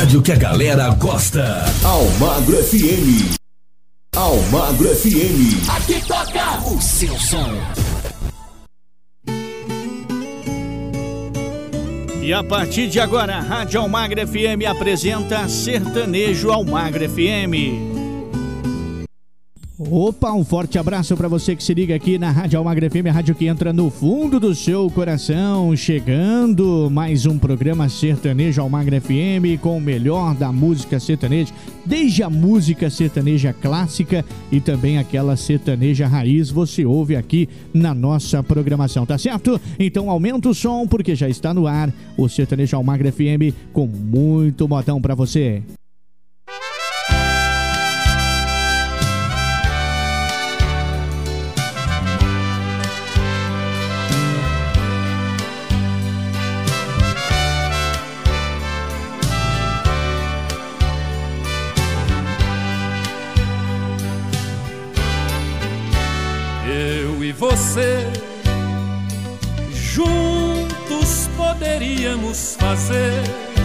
rádio que a galera gosta. Almagro FM. Almagro FM. Aqui toca o seu som. E a partir de agora, a Rádio Almagro FM apresenta Sertanejo Almagro FM. Opa, um forte abraço para você que se liga aqui na Rádio Almagro FM, a rádio que entra no fundo do seu coração. Chegando mais um programa Sertanejo Almagro FM com o melhor da música sertaneja, desde a música sertaneja clássica e também aquela sertaneja raiz, você ouve aqui na nossa programação, tá certo? Então aumenta o som porque já está no ar o Sertanejo Almagro FM com muito modão para você. Você, juntos poderíamos fazer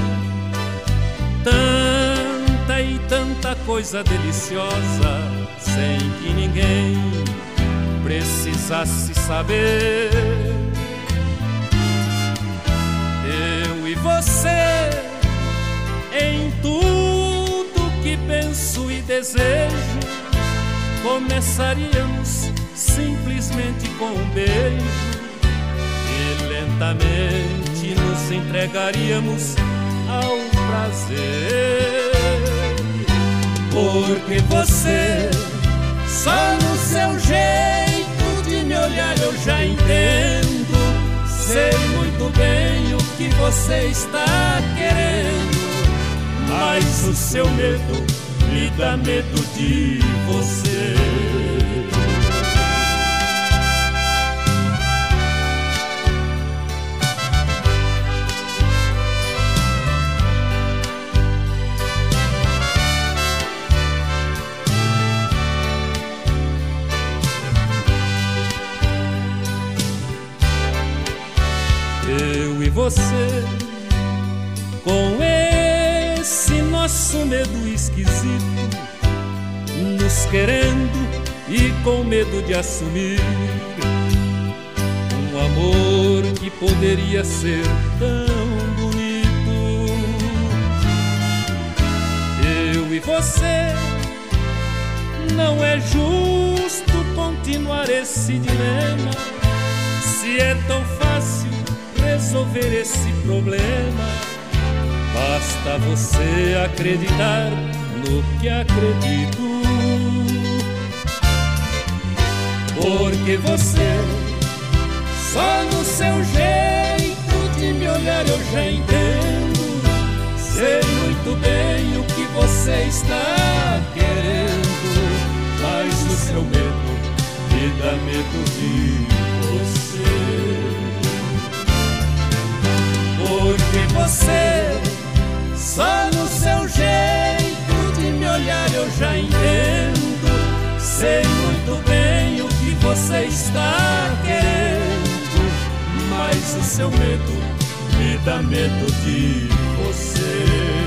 tanta e tanta coisa deliciosa, sem que ninguém precisasse saber. Eu e você, em tudo que penso e desejo, começaríamos simplesmente com um beijo e lentamente nos entregaríamos ao prazer. Porque você, só no seu jeito de me olhar eu já entendo. Sei muito bem o que você está querendo, mas o seu medo me dá medo de você. Eu e você, com esse nosso medo esquisito, nos querendo e com medo de assumir um amor que poderia ser tão bonito. Eu e você, não é justo continuar esse dilema, se é tão fácil resolver esse problema. Basta você acreditar no que acredito. Porque você, só no seu jeito de me olhar eu já entendo. Sei muito bem o que você está querendo, mas o seu medo me dá medo de você. Porque você, só no seu jeito de me olhar eu já entendo. Sei muito bem o que você está querendo, mas o seu medo me dá medo de você.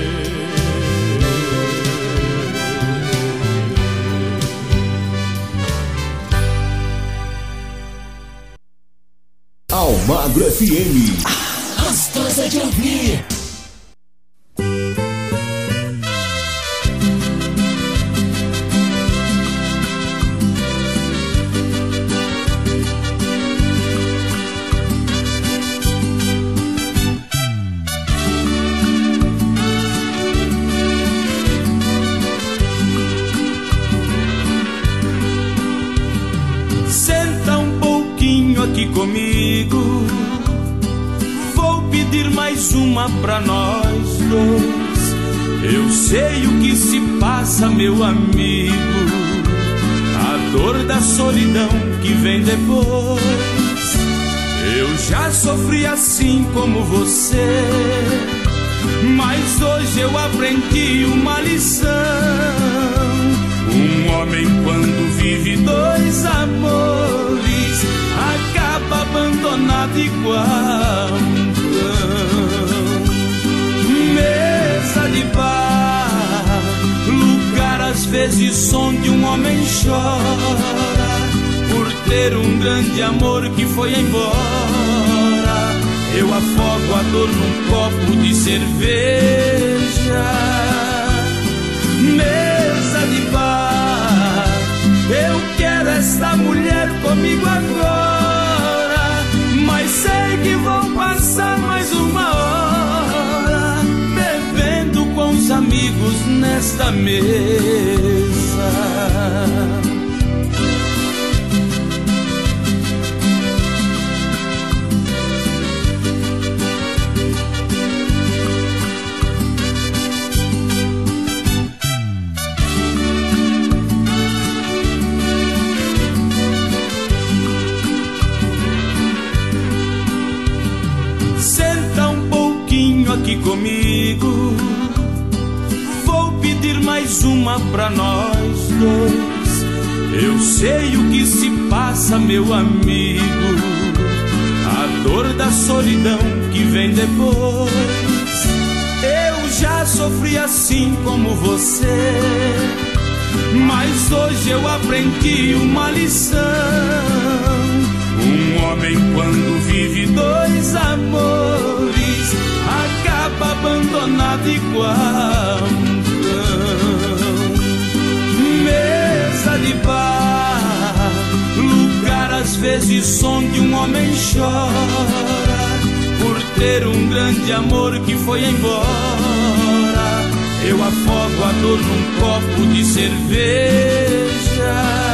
Almagro FM. Gostosa de ouvir. Senta um pouquinho aqui comigo, vou pedir mais uma pra nós dois. Eu sei o que se passa, meu amigo, a dor da solidão que vem depois. Eu já sofri assim como você, mas hoje eu aprendi uma lição. Um homem quando vive dois amores acaba abandonado igual um cão. Mesa de bar vezes onde um homem chora por ter um grande amor que foi embora. Eu afogo a dor num copo de cerveja, mesa de bar. Eu quero esta mulher comigo agora, mas sei que vou passar mais uma hora bebendo com os amigos nesta mesa. Aqui comigo, vou pedir mais uma pra nós dois. Eu sei o que se passa, meu amigo, a dor da solidão que vem depois. Eu já sofri assim como você, mas hoje eu aprendi uma lição. Um homem quando vive dois amores acaba abandonado igual um cão. Mesa de bar, lugar às vezes onde um homem chora por ter um grande amor que foi embora. Eu afogo a dor num copo de cerveja,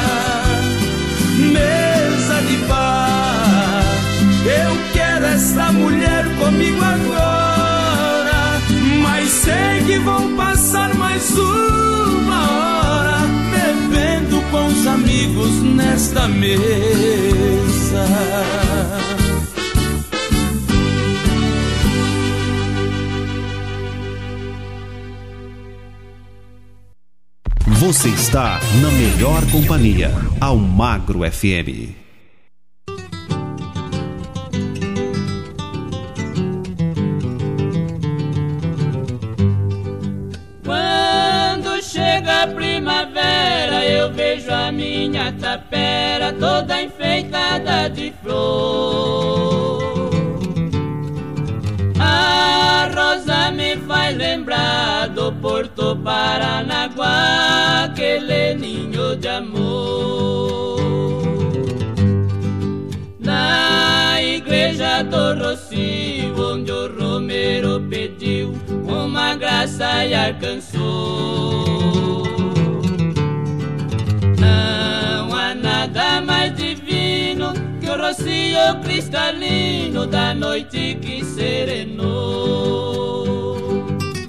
mesa de bar. Eu quero esta mulher comigo agora, mas sei que vão passar mais uma hora bebendo com os amigos nesta mesa. Você está na melhor companhia, Almagro FM. Chega a primavera, eu vejo a minha tapera toda enfeitada de flor. A rosa me faz lembrar do Porto Paranaguá, aquele ninho de amor. Na igreja do Rocio, onde o Romero pediu uma graça e alcançou. Não há nada mais divino que o rocio cristalino da noite que serenou.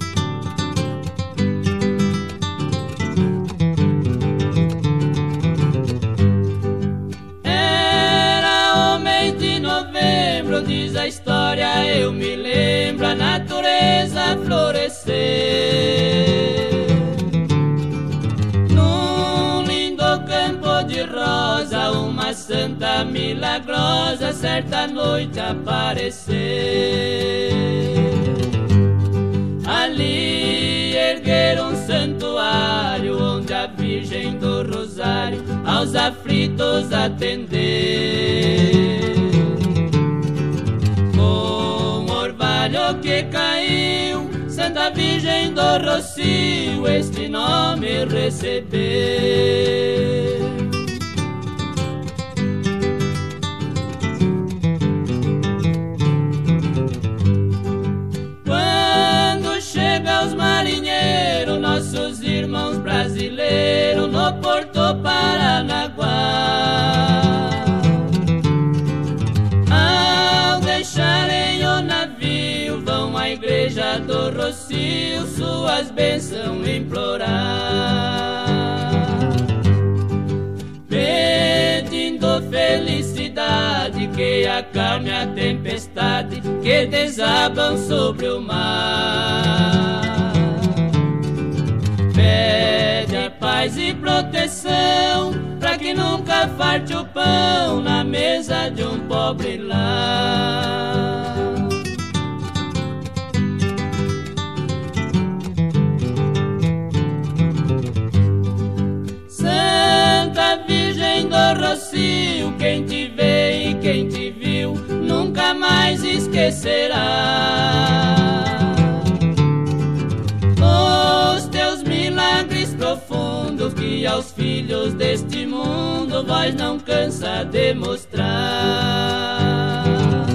Era o mês de novembro, diz a história, eu me lembro, a natureza florescer. De rosa, uma santa milagrosa certa noite aparecer. Ali ergueram um santuário onde a Virgem do Rosário aos aflitos atender. Com o orvalho que caiu, Santa Virgem do Rocio este nome recebeu. Chega os marinheiros, nossos irmãos brasileiros, no Porto Paranaguá. Ao deixarem o navio, vão à igreja do Rocio suas bênçãos implorar, pedindo felicidade que acalme a tempestade que desabam sobre o mar. Pede paz e proteção pra que nunca falte o pão na mesa de um pobre lar. jamais esquecerá. Os teus milagres profundos que aos filhos deste mundo vós não cansa de mostrar.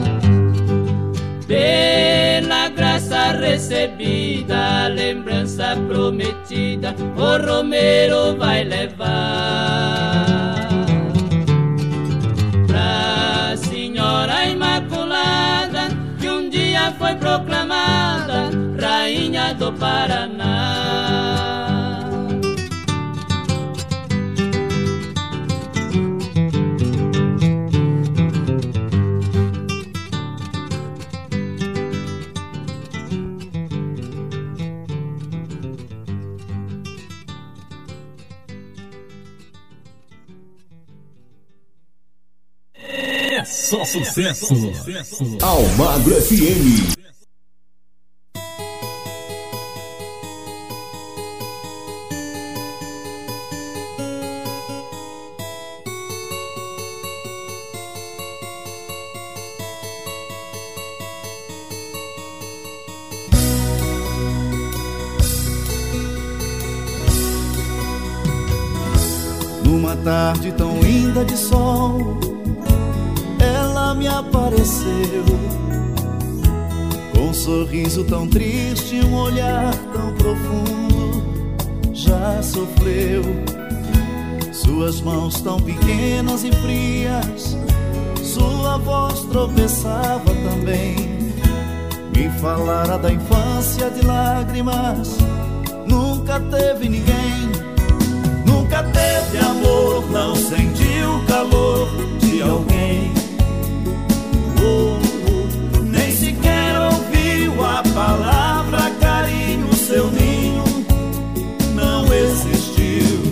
Pela graça recebida, lembrança prometida, o romeiro vai levar pra Senhora Imaculada, que um dia foi proclamada Rainha do Paraná. É só sucesso. Almagro FM. Numa tarde tão linda de sol, ela me apareceu, com um sorriso tão triste, um olhar tão profundo. Já sofreu, suas mãos tão pequenas e frias, sua voz tropeçava também. Me falara da infância de lágrimas, nunca teve ninguém. Nunca teve amor, não sentiu o calor de alguém. Nem sequer ouviu a palavra carinho, seu ninho não existiu.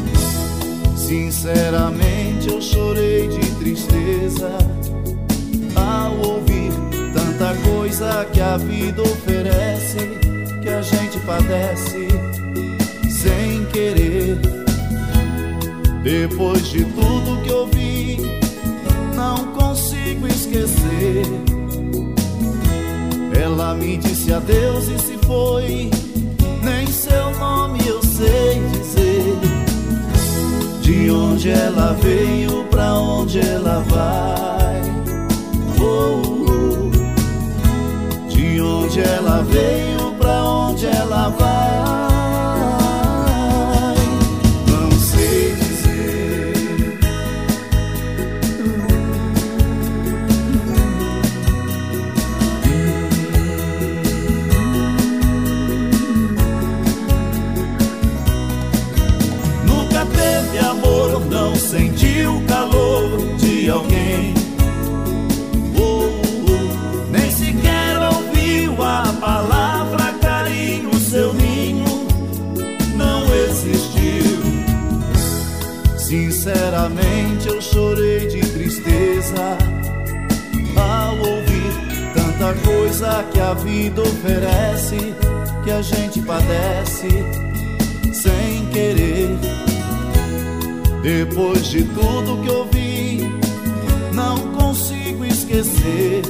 Sinceramente eu chorei de tristeza ao ouvir tanta coisa que a vida oferece, que a gente padece sem querer. Depois de tudo que ouvi, não consigo esquecer. Ela me disse adeus e se foi, nem seu nome eu sei dizer. De onde ela veio, pra onde ela vai. De onde ela veio, pra onde ela vai. Sentiu o calor de alguém. Nem sequer ouviu a palavra carinho, seu ninho não existiu. Sinceramente eu chorei de tristeza ao ouvir tanta coisa que a vida oferece, que a gente padece sem querer. Depois de tudo que ouvi, não consigo esquecer.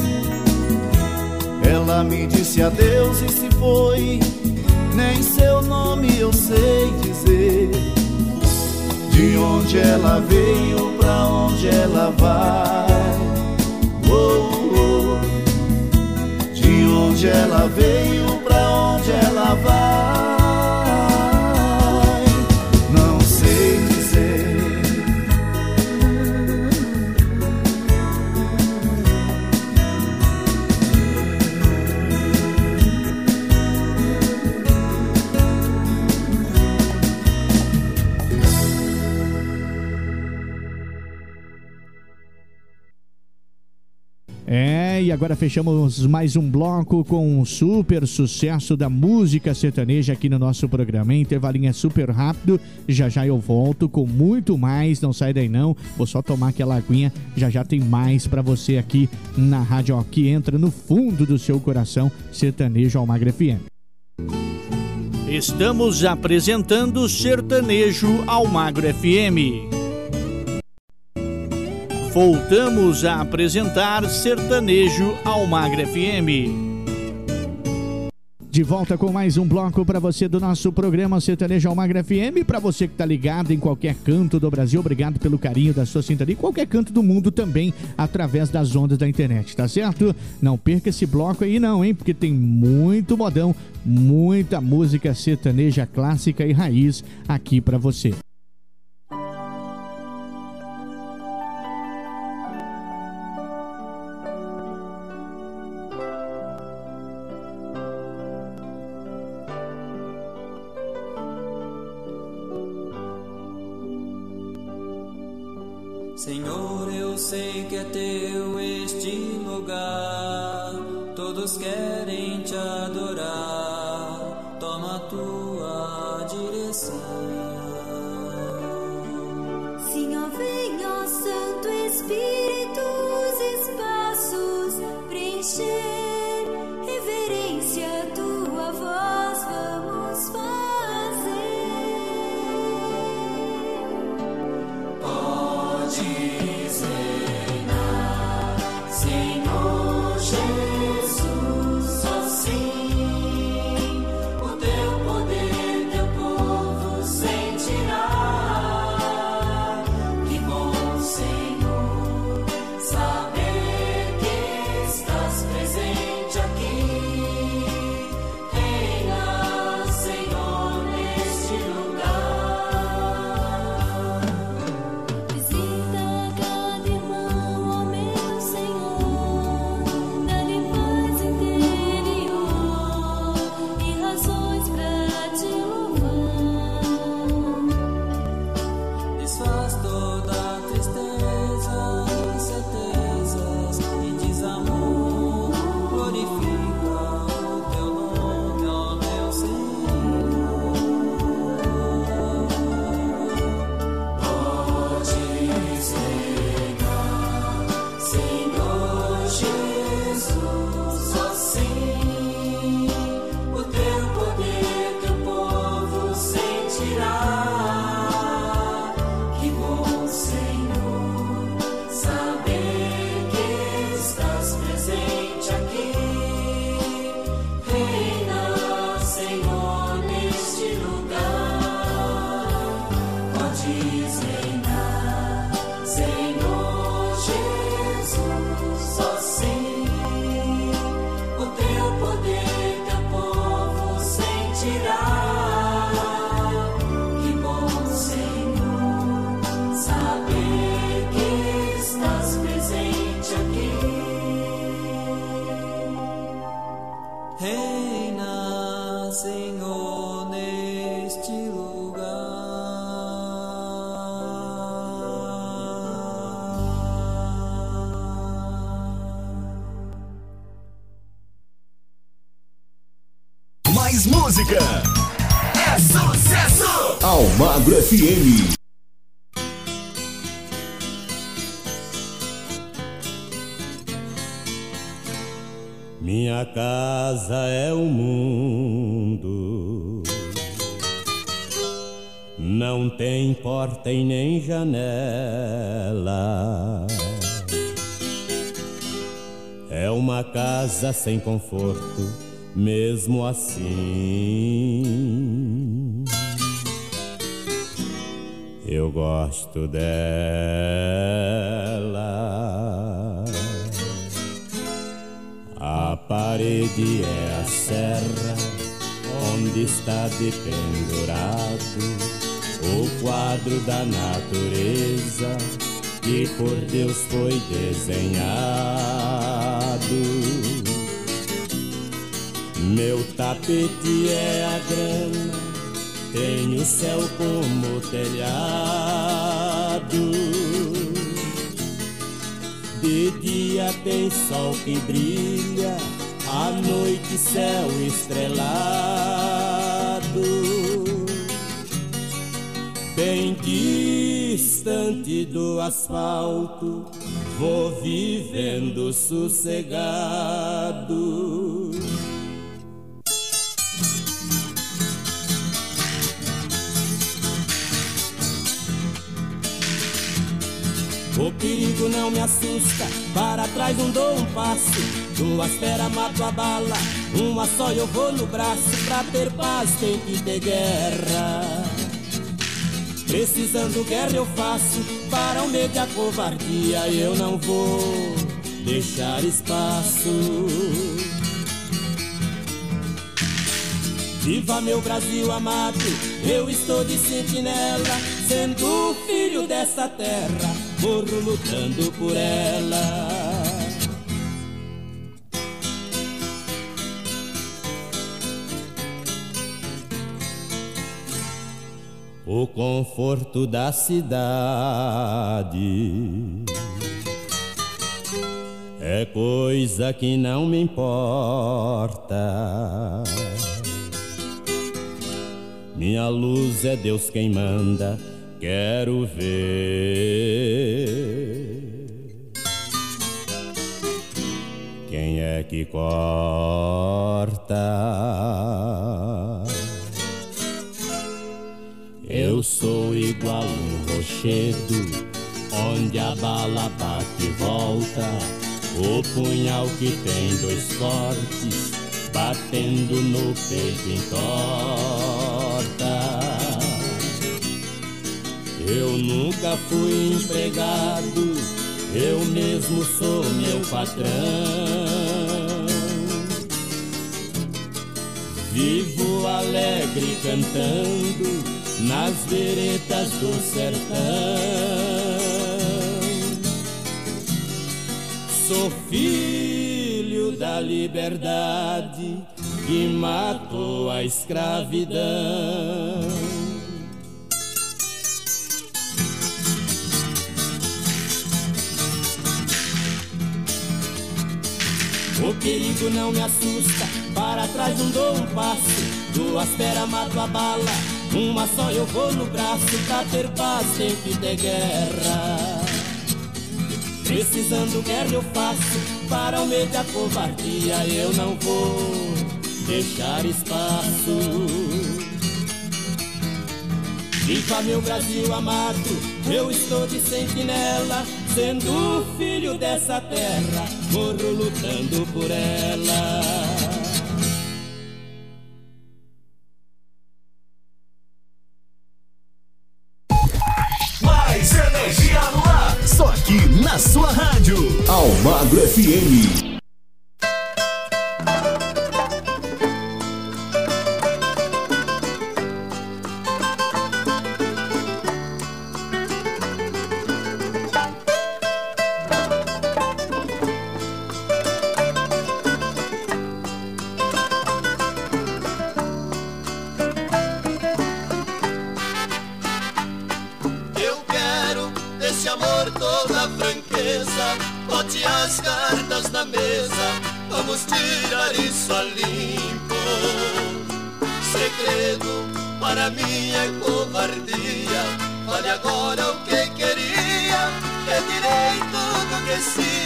Ela me disse adeus e se foi, nem seu nome eu sei dizer. De onde ela veio, pra onde ela vai. De onde ela veio, pra onde ela vai. E agora fechamos mais um bloco com um super sucesso da música sertaneja aqui no nosso programa. Intervalinho é super rápido, já já eu volto com muito mais, não sai daí não, vou só tomar aquela aguinha, já já tem mais pra você aqui na rádio, ó, que entra no fundo do seu coração, Sertanejo Almagro FM. Estamos apresentando Sertanejo Almagro FM. voltamos a apresentar Sertanejo Almagro FM. De volta com mais um bloco para você do nosso programa Sertanejo Almagro FM. Para você que está ligado em qualquer canto do Brasil, obrigado pelo carinho da sua sintonia. Qualquer canto do mundo também, através das ondas da internet, tá certo? Não perca esse bloco aí não, hein? Porque tem muito modão, muita música sertaneja clássica e raiz aqui para você. Senhor, eu sei que é teu este lugar, todos querem te adorar, toma a tua direção. Senhor, venha, Santo Espírito, os espaços preencher, reverência a tua voz vamos fazer. Senhor Jesus, só sim, o teu poder, teu povo sentirá. Que bom, Senhor, saber que estás presente aqui. Reina, Senhor, neste lugar. Visita cada irmão, ó meu Senhor, dá-lhe paz interior e razões pra te louvar. Desfaz toda tristeza, incertezas e desamor. Glorifica o teu nome, ó meu Senhor. Podes reinar, Senhor Jesus, só sim, o teu poder, teu povo sentirá. Que bom, Senhor, saber que estás presente aqui. Reina, Senhor, neste lugar. Podes reinar, Senhor Jesus, só sim, o teu poder, teu povo sentirá. Que bom, Senhor, saber que estás presente aqui. Reina, Senhor, neste lugar. Mais música. É sucesso. Almagro FM. Minha casa é o mundo, não tem porta e nem janela. É uma casa sem conforto, mesmo assim. Eu gosto dela. A parede é a serra onde está dependurado o quadro da natureza que por Deus foi desenhado. Meu tapete é a grama, tem o céu como telhado. De dia tem sol que brilha, à noite céu estrelado. Bem distante do asfalto, vou vivendo sossegado. O perigo não me assusta, para trás não dou um passo. Duas feras mato a bala, uma só eu vou no braço. Pra ter paz tem que ter guerra. Precisando guerra eu faço, para o medo e a covardia eu não vou deixar espaço. Viva meu Brasil amado, eu estou de sentinela, sendo filho dessa terra, morro lutando por ela. O conforto da cidade é coisa que não me importa. Minha luz é Deus quem manda, quero ver quem é que corta. Eu sou igual um rochedo, onde a bala bate e volta. O punhal que tem dois cortes, batendo no peito entorta. Eu nunca fui empregado, eu mesmo sou meu patrão. Vivo alegre cantando nas veredas do sertão. Sou filho da liberdade que matou a escravidão. O perigo não me assusta, para trás não dou um passo. Duas feras mato a bala, uma só eu vou no braço. Pra ter paz tem que ter guerra. Precisando guerra eu faço, para o medo e a covardia eu não vou deixar espaço. Viva meu Brasil amado, eu estou de sentinela, sendo filho dessa terra, morro lutando por ela. Mais energia no ar, só aqui na sua rádio Almagro FM. Bote as cartas na mesa, vamos tirar isso a limpo. Segredo para mim é covardia. Fale agora o que queria, retirei tudo que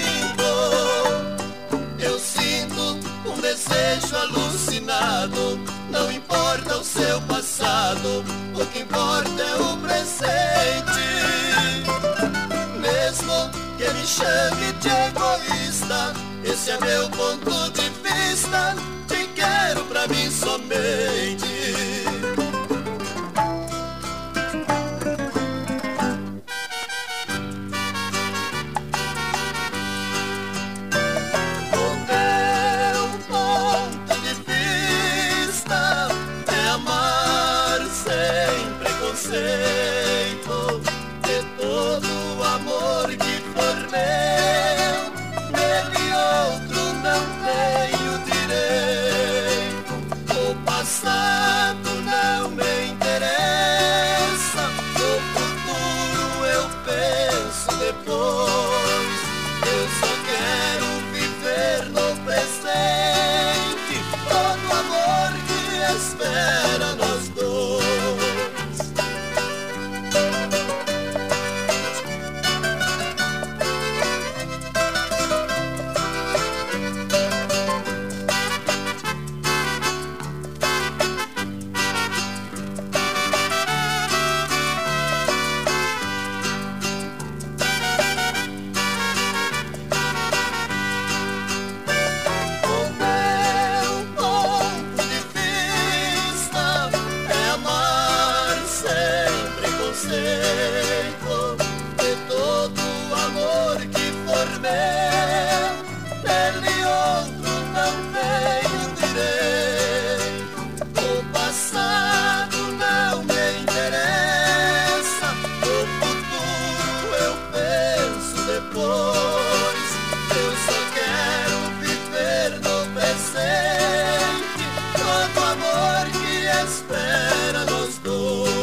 sinto. Eu sinto um desejo alucinado. Não importa o seu passado, o que importa é o presente. Mesmo que me chame de egoísta, esse é meu ponto de vista. Te quero pra mim somente. O meu ponto de vista é amar sem preconceito. De todo o amor que for meu, nele outro não tenho direito. O passado não me interessa, o futuro eu penso depois. Eu só quero viver no presente, todo o amor que espera nós dois. espera nós dois.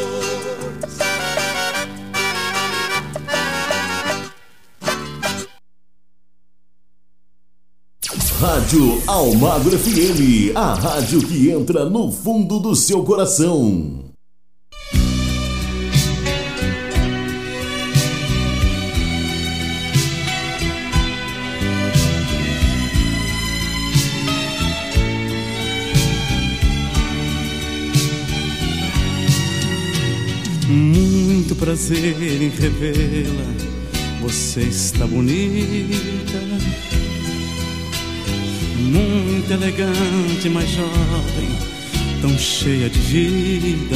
Rádio Almagro FM, a rádio que entra no fundo do seu coração. Muito prazer em revê-la, você está bonita, muito elegante, mais jovem, tão cheia de vida.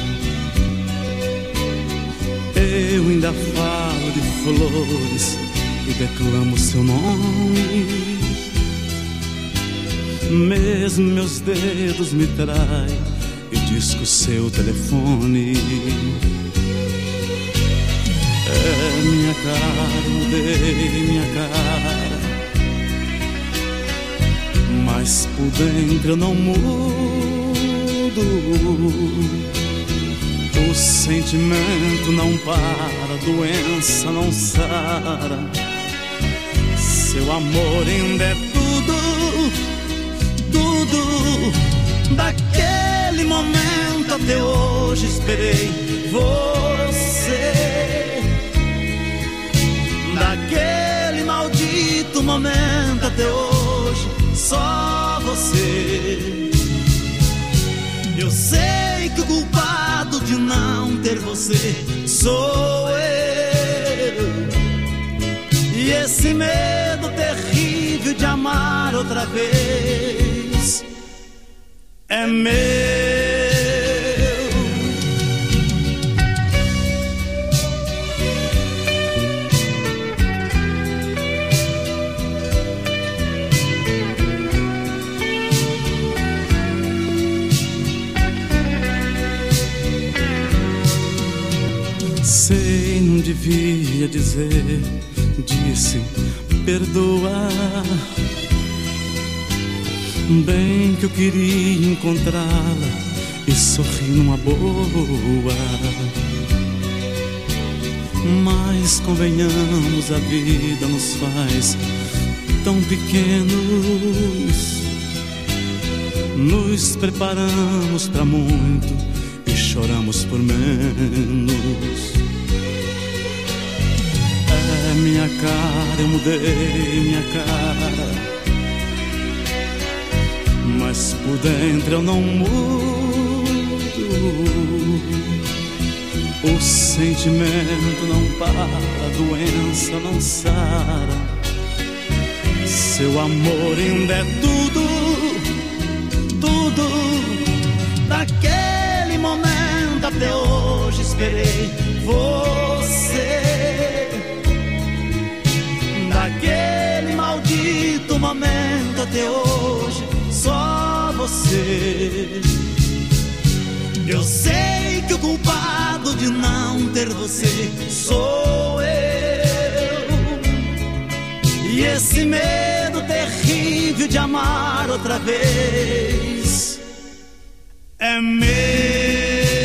Eu ainda falo de flores e declamo seu nome, mesmo meus dedos me traem e disco seu telefone. É minha cara, mudei minha cara, mas por dentro eu não mudo. O sentimento não para, a doença não sara. Seu amor ainda é tudo, tudo. Daquele momento até hoje esperei você. Daquele maldito momento até hoje só você. Eu sei que o culpado de não ter você sou eu. E esse medo terrível de amar outra vez é meu. Sei, não devia dizer, disse, perdoa. Bem que eu queria encontrá-la e sorrir numa boa. Mas convenhamos, a vida nos faz tão pequenos. Nos preparamos pra muito e choramos por menos. É minha cara, eu mudei minha cara, mas por dentro eu não mudo. O sentimento não para, a doença não sara. Seu amor ainda é tudo, tudo. Daquele momento até hoje esperei você. Daquele maldito momento até hoje só você. Eu sei que o culpado de não ter você sou eu. E esse medo terrível de amar outra vez é meu.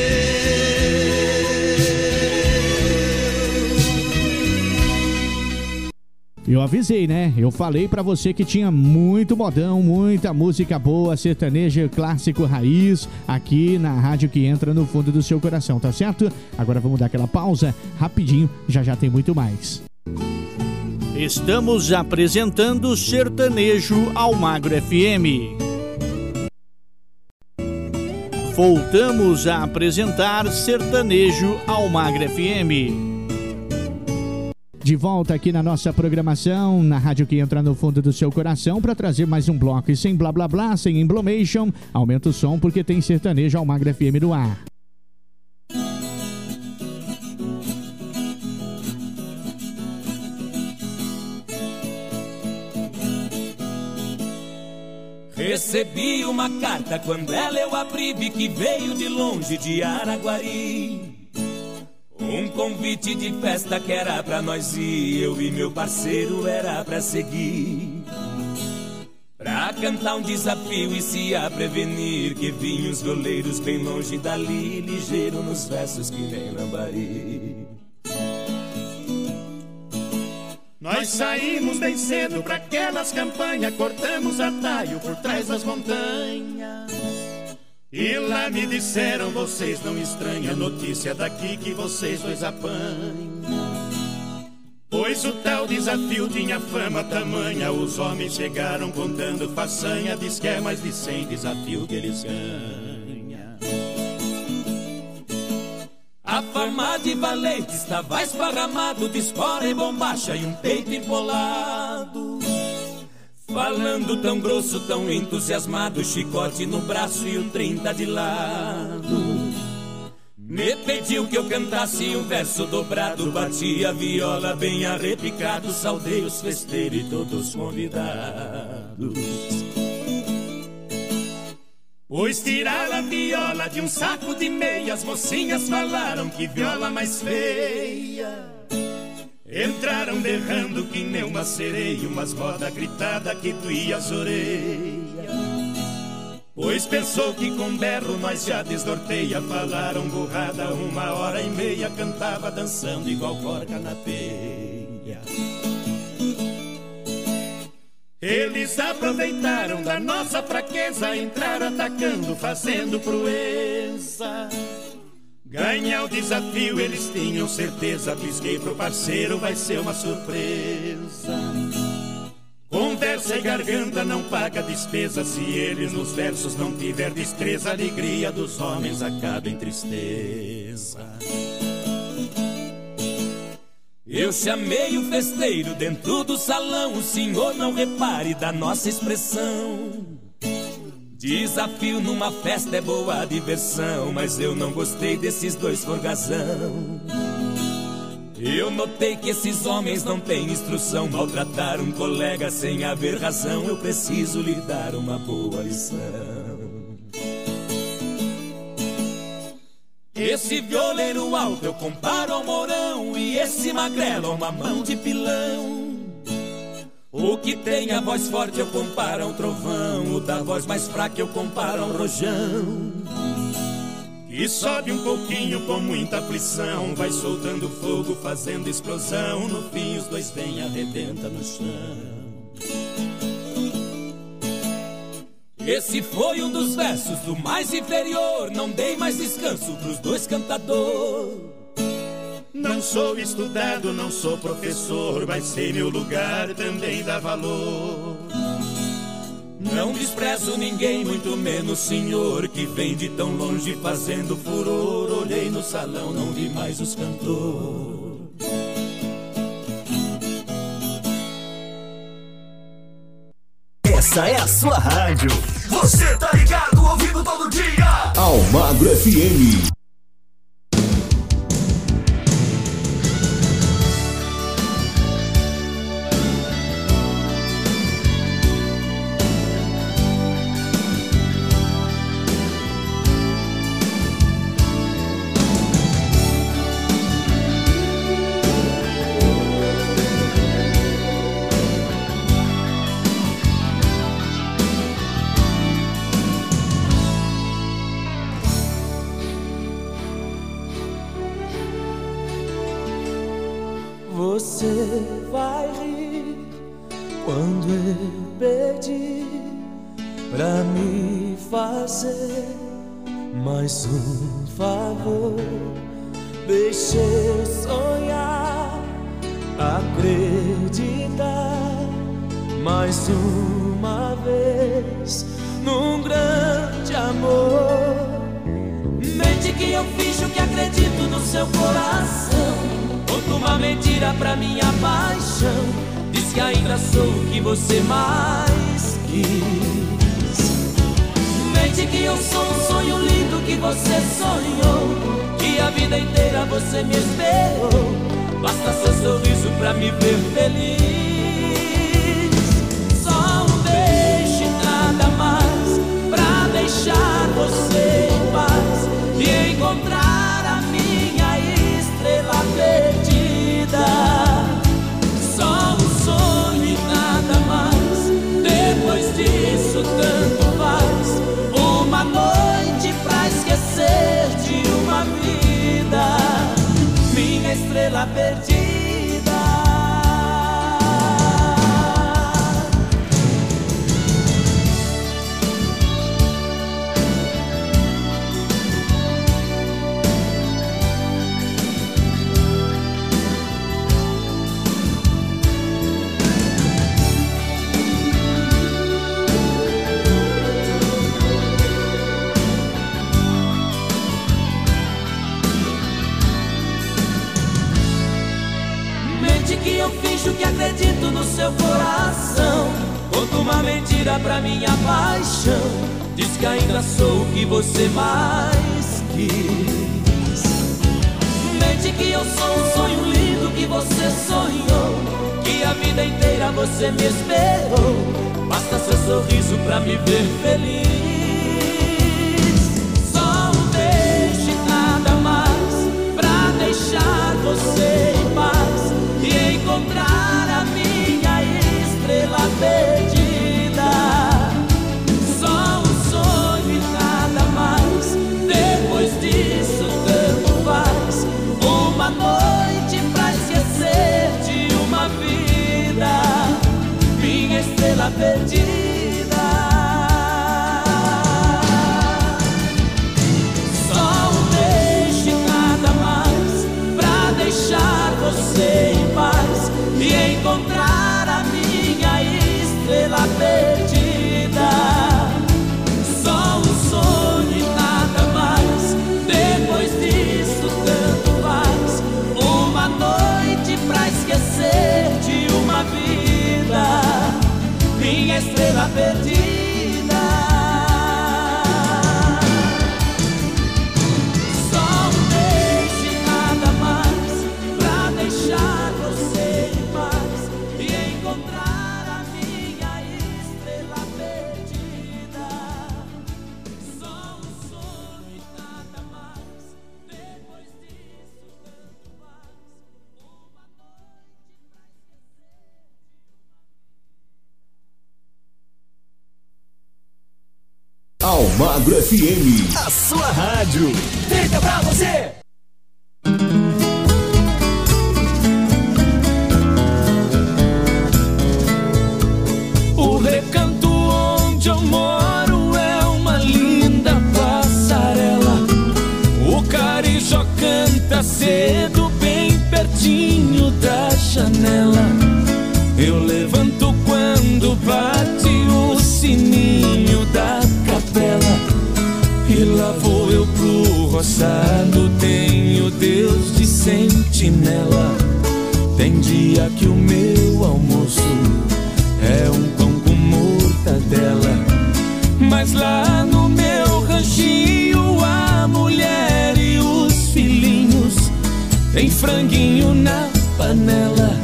Eu avisei, né? Eu falei pra você que tinha muito modão, muita música boa, sertaneja, clássico, raiz, aqui na rádio que entra no fundo do seu coração, tá certo? Agora vamos dar aquela pausa, rapidinho, já tem muito mais. Estamos apresentando Sertanejo Almagro FM. Voltamos a apresentar Sertanejo Almagro FM. De volta aqui na nossa programação, na rádio que entra no fundo do seu coração, para trazer mais um bloco. E sem blá blá blá, sem emblomation, aumenta o som porque tem Sertanejo Almagro FM no ar. Recebi uma carta, quando ela eu abri, vi que veio de longe, de Araguari. Um convite de festa que era pra nós ir, eu e meu parceiro era pra seguir. pra cantar um desafio e se a prevenir, que vinham os goleiros bem longe dali, ligeiro nos versos que nem lambari. Nós saímos bem cedo pra aquelas campanhas, cortamos atalho por trás das montanhas. E lá me disseram, vocês não estranham a notícia daqui que vocês dois apanham. Pois o tal desafio tinha fama tamanha, os homens chegaram contando façanha, diz que é mais de 100 desafios que eles ganham. A fama de valente estava esparramado, de espora e bombacha e um peito empolado. Falando tão grosso, tão entusiasmado, chicote no braço e o 30 de lado. Me pediu que eu cantasse um verso dobrado, bati a viola bem arrepicado, saudei os festeiros e todos convidados. Pois tiraram a viola de um saco de meia, as mocinhas falaram que viola mais feia. Entraram berrando que nem uma sereia, umas rodas gritadas que doía as orelhas. Pois pensou que com berro nós já desnorteia, falaram burrada 1h30, cantava dançando igual porca na peia. Eles aproveitaram da nossa fraqueza, entraram atacando, fazendo proeza. Ganhar o desafio eles tinham certeza, pisquei pro parceiro, vai ser uma surpresa. Conversa e garganta não paga despesa, se eles nos versos não tiver destreza, a alegria dos homens acaba em tristeza. Eu chamei o festeiro dentro do salão, o senhor não repare da nossa expressão. Desafio numa festa é boa diversão, mas eu não gostei desses dois forgazão. Eu notei que esses homens não têm instrução, maltratar um colega sem haver razão, eu preciso lhe dar uma boa lição. Esse violeiro alto eu comparo ao Mourão, e esse magrelo a uma mão de pilão. O que tem a voz forte eu comparo a um trovão, o da voz mais fraca eu comparo a um rojão. E sobe um pouquinho com muita aflição, vai soltando fogo, fazendo explosão, no fim os dois vêm arrebenta no chão. Esse foi um dos versos do mais inferior, não dei mais descanso pros dois cantadores. Não sou estudado, não sou professor, vai ser meu lugar, também dá valor. Não desprezo ninguém, muito menos senhor, que vem de tão longe fazendo furor. Olhei no salão, não vi mais os cantores. Essa é a sua rádio. Você tá ligado, ouvindo todo dia. Almagro FM. Você vai rir quando eu pedir pra me fazer mais um favor. Deixa eu sonhar, acreditar mais uma vez num grande amor. Mente que eu finjo que acredito no seu coração, conto uma mentira pra minha paixão, diz que ainda sou o que você mais quis. Mente que eu sou um sonho lindo que você sonhou, que a vida inteira você me esperou, basta seu sorriso pra me ver feliz. Só um beijo e nada mais, pra deixar você em paz e encontrar a minha estrela perdida. Só um sonho e nada mais, depois de no seu coração. Conta uma mentira pra minha paixão. Diz que ainda sou o que você mais quis. Mente que eu sou um sonho lindo que você sonhou, que a vida inteira você me esperou. Basta seu sorriso pra me ver feliz. Só um beijo e nada mais, pra deixar você em paz e encontrar a minha estrela perdida. Só um sonho e nada mais, depois disso tanto faz. Uma noite pra esquecer de uma vida, minha estrela perdida. Só um beijo e nada mais, pra deixar você em paz e encontrar a minha estrela perdida. Só um sonho e nada mais, depois disso tanto faz. Uma noite pra esquecer de uma vida, minha estrela perdida. Só um beijo e nada mais, pra deixar você em paz e encontrar a minha estrela perdida. Só um sonho e nada mais, depois disso tanto faz. Almagro FM, a sua rádio. Fica pra você! O recanto onde eu moro é uma linda passarela. O carijó canta cedo, bem pertinho da janela. Eu levanto quando bate o sininho da capela. E lá vou eu pro roçado, tenho Deus de sentinela. Tem dia que o meu almoço é um pão com mortadela. Mas lá no meu ranchinho a mulher e os filhinhos tem franguinho na panela.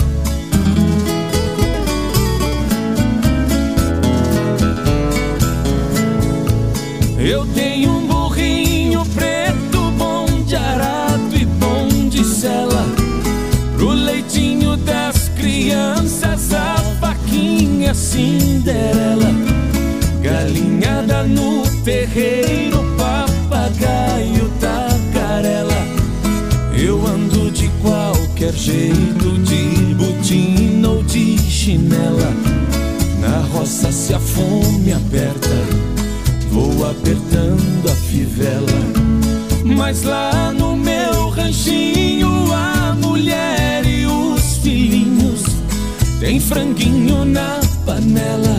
Eu tenho um burrinho preto, bom de arado e bom de sela. Pro leitinho das crianças, a vaquinha Cinderela. Galinhada no terreiro, papagaio tagarela. Eu ando de qualquer jeito, de botina ou de chinela. Na roça se a fome aperta, vou apertando a fivela. Mas lá no meu ranchinho a mulher e os filhinhos tem franguinho na panela.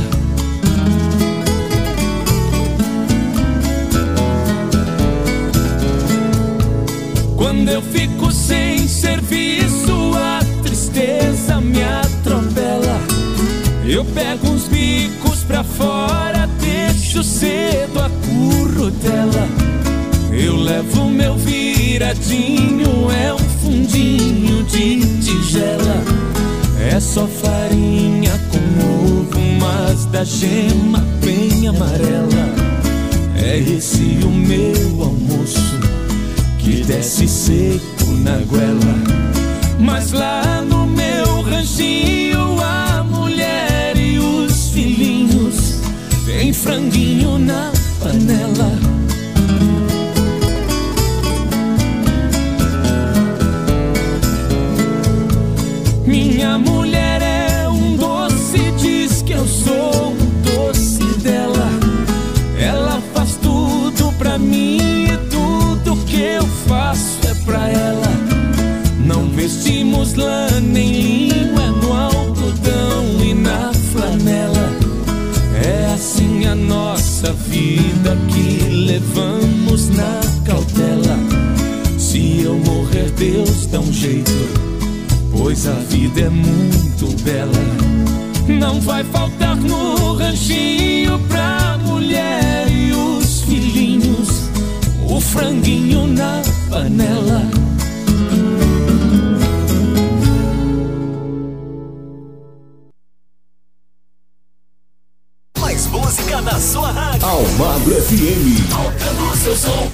Quando eu fico sem serviço, a tristeza me atropela. Eu pego uns bicos pra fora, deixo cedo a currutela. Eu levo meu viradinho, é um fundinho de tigela. É só farinha com ovo, mas da gema bem amarela. É esse o meu almoço, que desce seco na goela. Mas lá no meu ranchinho a mulher e os filhinhos tem franguinho na panela. Minha mulher é um doce, diz que eu sou um doce dela. Ela faz tudo pra mim e tudo que eu faço é pra ela. Não vestimos lã nem linho, é no algodão e na flanela. É assim a nossa vida que levamos na cautela. Se eu morrer, Deus dá um jeito, pois a vida é muito bela. Não vai faltar no ranchinho pra mulher e os filhinhos o franguinho na panela. Mais música na sua rádio. Almagro FM. Aumentando o seu som.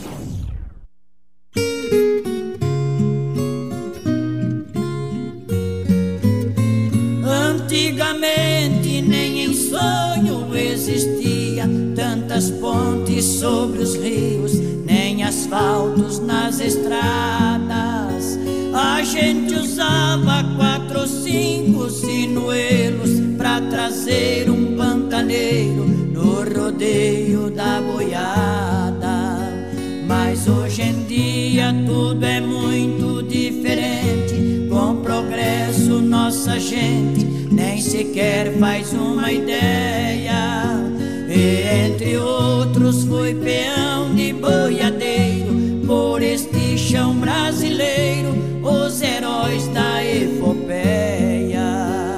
Antigamente nem em sonho existia tantas pontes sobre os rios, nem asfaltos nas estradas. A gente usava 4 ou 5 sinuelos pra trazer um pantaneiro no rodeio da boiada. Mas hoje em dia tudo é muito diferente. Com progresso nossa gente nem sequer faz uma ideia. E entre outros fui peão de boiadeiro por este chão brasileiro, os heróis da epopeia.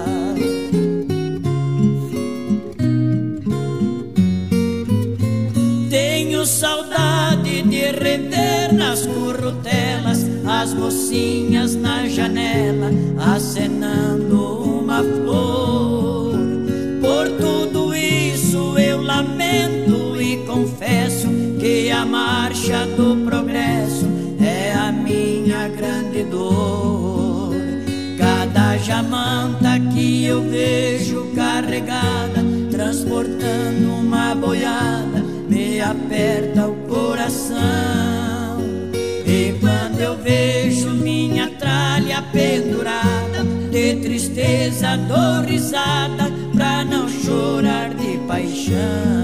Tenho saudade de rever nas currutelas as mocinhas na janela acenando uma flor. Por tudo isso eu lamento e confesso que a marcha do progresso é a minha grande dor. Cada jamanta que eu vejo carregada, transportando uma boiada, me aperta o coração. E quando eu vejo minha tralha pendurada, de tristeza dou risada pra não chorar de paixão.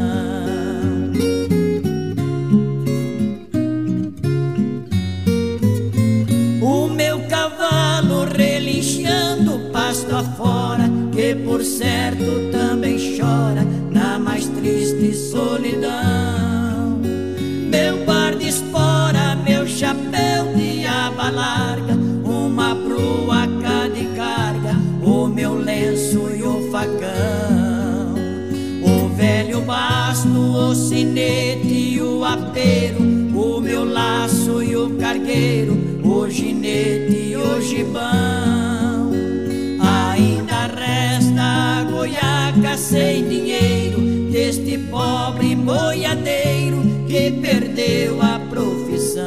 O meu cavalo relinchando pasto afora, que por certo também chora na mais triste solidão. Meu par de espora, meu chapéu de aba larga, uma bruaca de carga, o meu lenço e o facão, o velho basto, o sinete e o apeiro, o meu laço e o cargueiro, o ginete e o gibão. Ainda resta a goiaca sem dinheiro deste pobre boiadeiro que perdeu a profissão.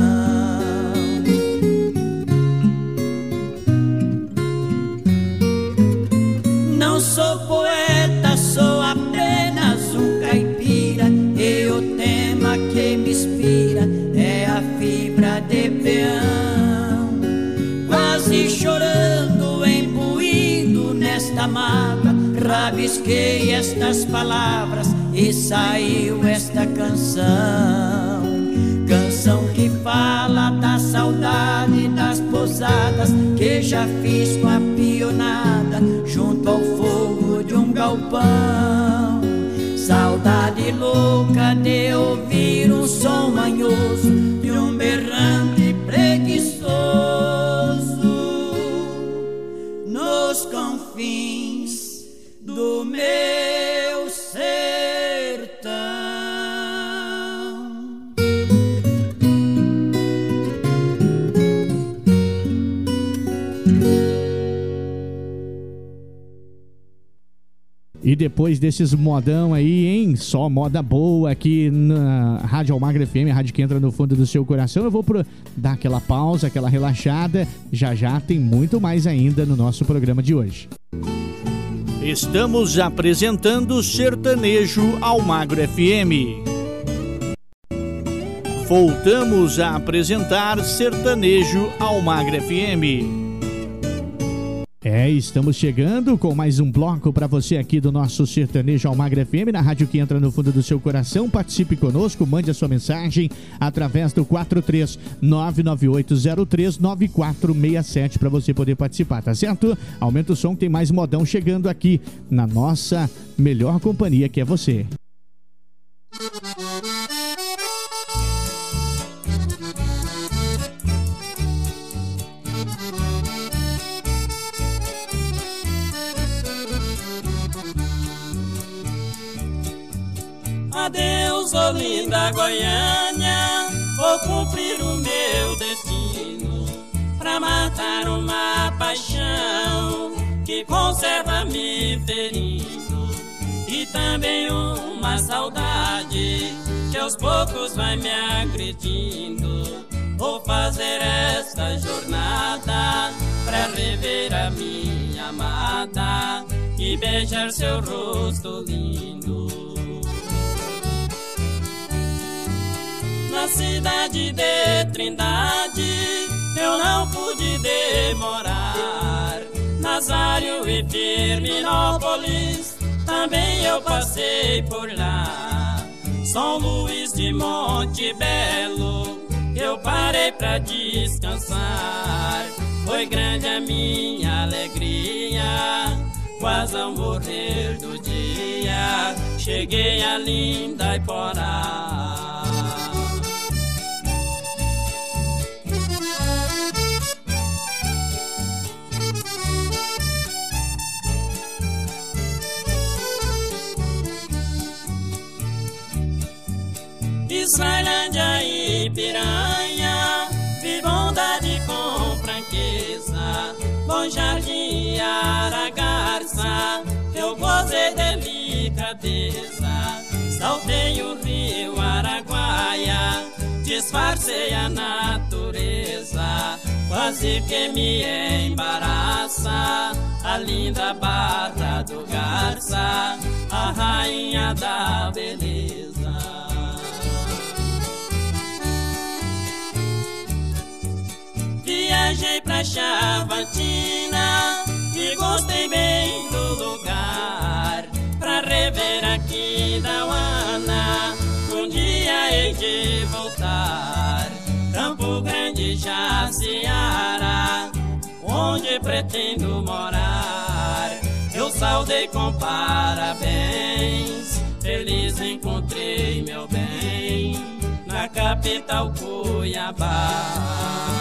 Não sou poeta, sou apenas um caipira, e o tema que me inspira é a fibra de peão. Quase chorando, imbuído nesta mágoa, rabisquei estas palavras e saiu esta canção. Canção que fala da saudade das pousadas que já fiz com a pionada junto ao fogo de um galpão. Saudade louca de ouvir um som manhoso de um berrante preguiçoso nos confins do meu sertão. E depois desses modão aí, hein? Só moda boa aqui na Rádio Almagro FM, a rádio que entra no fundo do seu coração. Eu vou dar aquela pausa, aquela relaxada. Já já tem muito mais ainda no nosso programa de hoje. Estamos apresentando Sertanejo Almagro FM. Voltamos a apresentar Sertanejo Almagro FM. Estamos chegando com mais um bloco para você aqui do nosso Sertanejo Almagro FM, na rádio que entra no fundo do seu coração. Participe conosco, mande a sua mensagem através do 43998039467 para você poder participar, tá certo? Aumenta o som que tem mais modão chegando aqui na nossa melhor companhia, que é você. linda Goiânia, vou cumprir o meu destino pra matar uma paixão que conserva me ferindo, e também uma saudade que aos poucos vai me agredindo. Vou fazer esta jornada pra rever a minha amada e beijar seu rosto lindo. Na cidade de Trindade eu não pude demorar, Nazário e Firminópolis também eu passei por lá. São Luís de Monte Belo eu parei pra descansar, foi grande a minha alegria, quase ao morrer do dia, cheguei a linda Iporá. Israelândia e Piranha, vi bondade com franqueza, Bom Jardim e Aragarça, eu gozei delicadeza. Saltei o rio Araguaia, disfarcei a natureza, quase que me embaraça a linda Barra do Garça, a rainha da beleza. Viajei pra Chavantina e gostei bem do lugar, pra rever aqui Dauana, um dia hei de voltar. Campo Grande, Jaciara, onde pretendo morar, eu saudei com parabéns, feliz encontrei meu bem, na capital Cuiabá.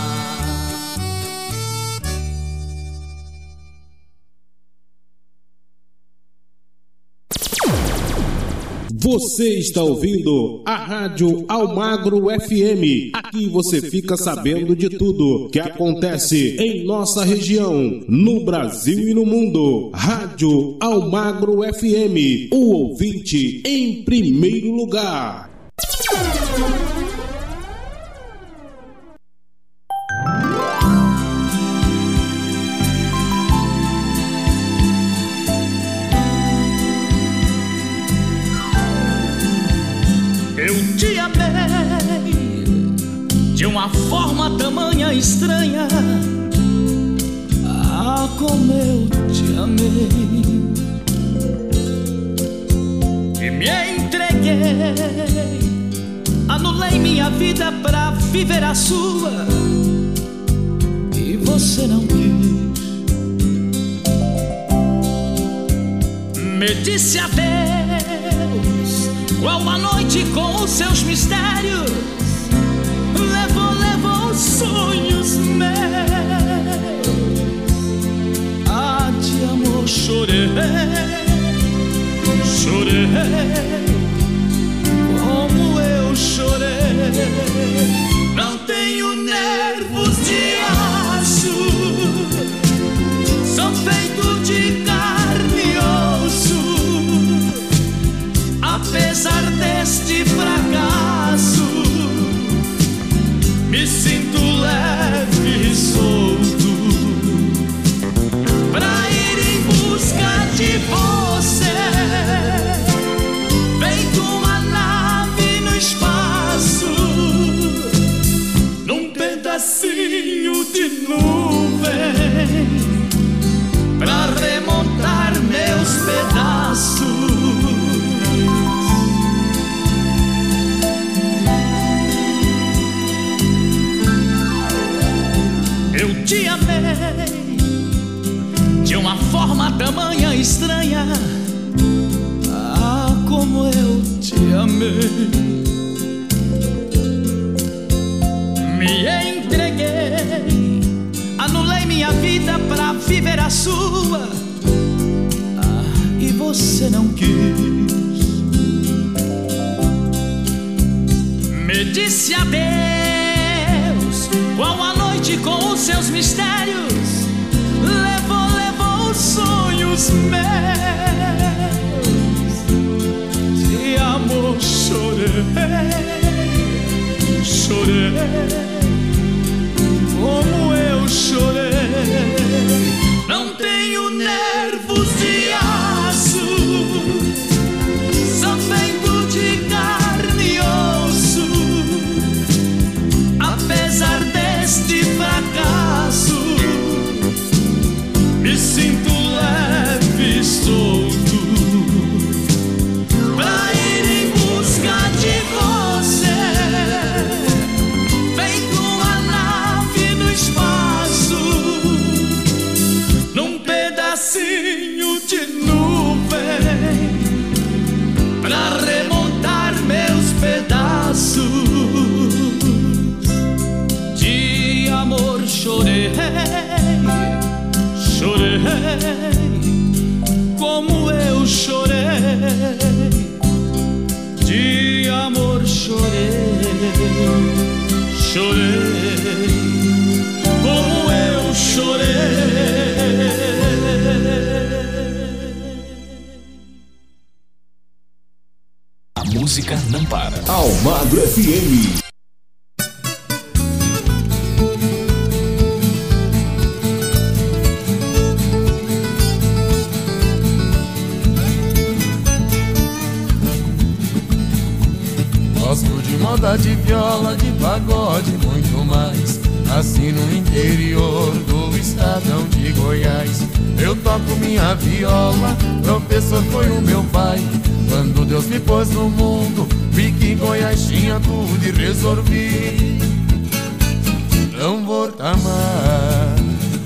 Você está ouvindo a Rádio Almagro FM. Aqui você fica sabendo de tudo que acontece em nossa região, no Brasil e no mundo. Rádio Almagro FM, o ouvinte em primeiro lugar. Eu te amei de uma forma tamanha estranha, ah, como eu te amei, e me entreguei, anulei minha vida pra viver a sua, e você não quis. Me disse adeus, qual a noite com os seus mistérios, levou sonhos meus. Ah, de amor chorei, como eu chorei. Não tenho nervos de aço, sou feito de carne e osso. Apesar deste fracasso, me sinto leve e solto pra ir em busca de você, feito uma nave no espaço, num pedacinho de nuvem, pra remontar meus pedaços. Eu te amei de uma forma tamanha estranha, ah, como eu te amei. Me entreguei, anulei minha vida pra viver a sua, ah, e você não quis. me disse adeus. Qual a noite com os seus mistérios levou os sonhos meus. De amor chorei, como eu chorei. Não tenho nervos de aço, sou feito de carne e osso. Apesar deste fracasso, me sinto leve e solto pra ir em busca de você, feito uma nave no espaço, num pedacinho de nuvem, pra remontar meus pedaços. De amor chorei, como eu chorei. De amor chorei, como eu chorei. A música não para. Almagro FM. Moda de viola, de pagode, muito mais. Nasci no interior do estadão de Goiás. Eu toco minha viola, professor foi o meu pai. Quando Deus me pôs no mundo, vi que em Goiás tinha tudo e resolvi não voltar mais.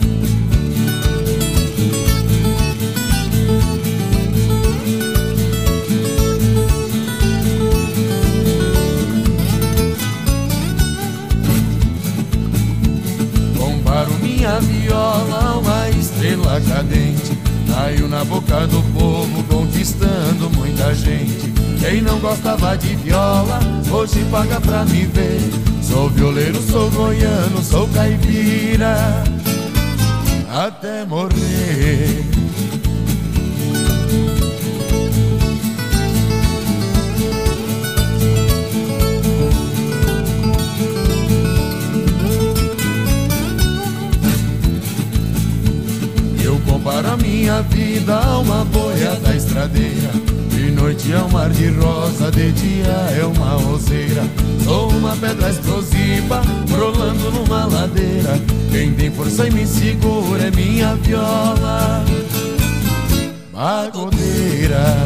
Minha viola, uma estrela cadente, caiu na boca do povo, conquistando muita gente. Quem não gostava de viola, hoje paga pra me ver. Sou violeiro, sou goiano, sou caipira, até morrer. Para minha vida uma boiada estradeira, de noite é um mar de rosa, de dia é uma roseira. Sou uma pedra explosiva, rolando numa ladeira. Quem tem força e me segura é minha viola pagodeira.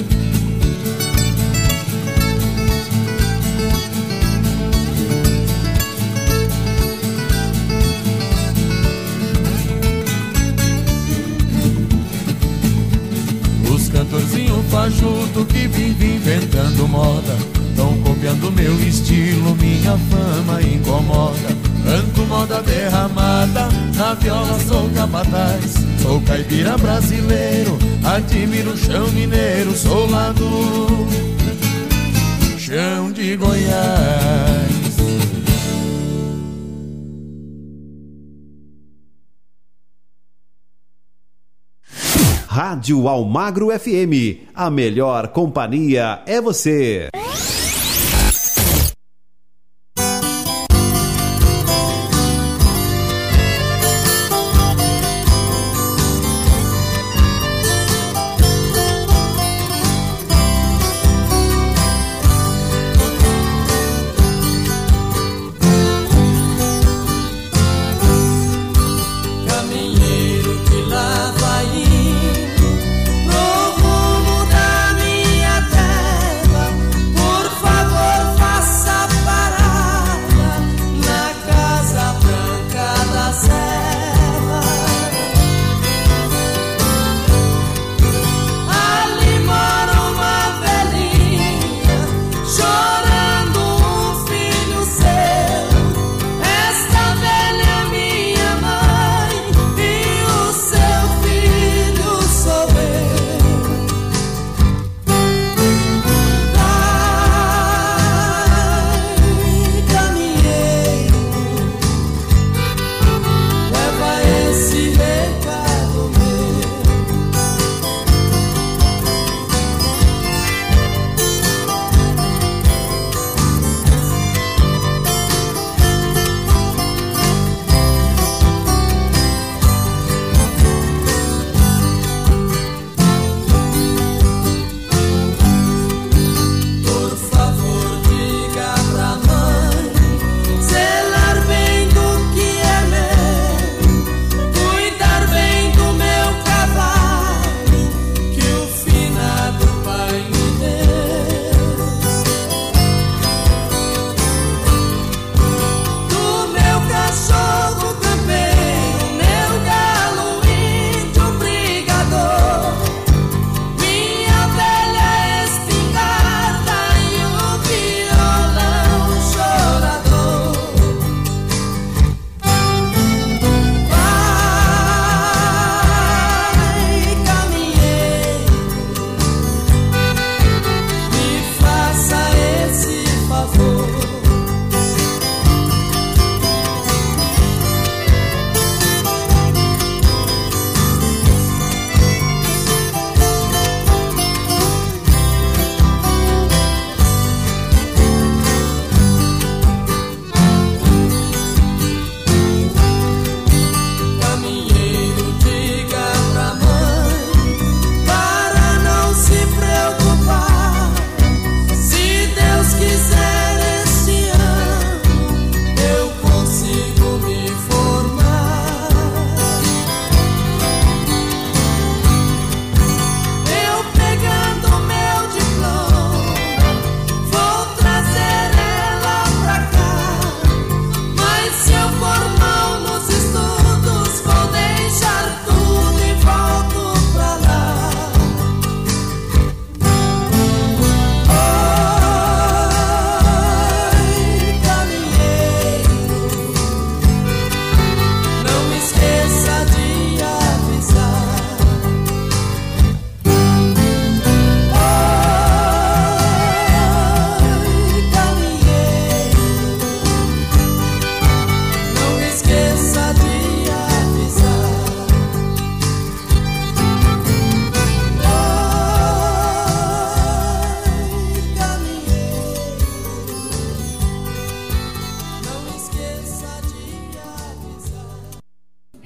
Cantorzinho fajuto que vive inventando moda, tão copiando meu estilo, minha fama incomoda. Canto moda derramada, na viola sou capataz. Sou caipira brasileiro, admiro o chão mineiro. Sou lá do chão de Goiás. Rádio Almagro FM, a melhor companhia é você. Por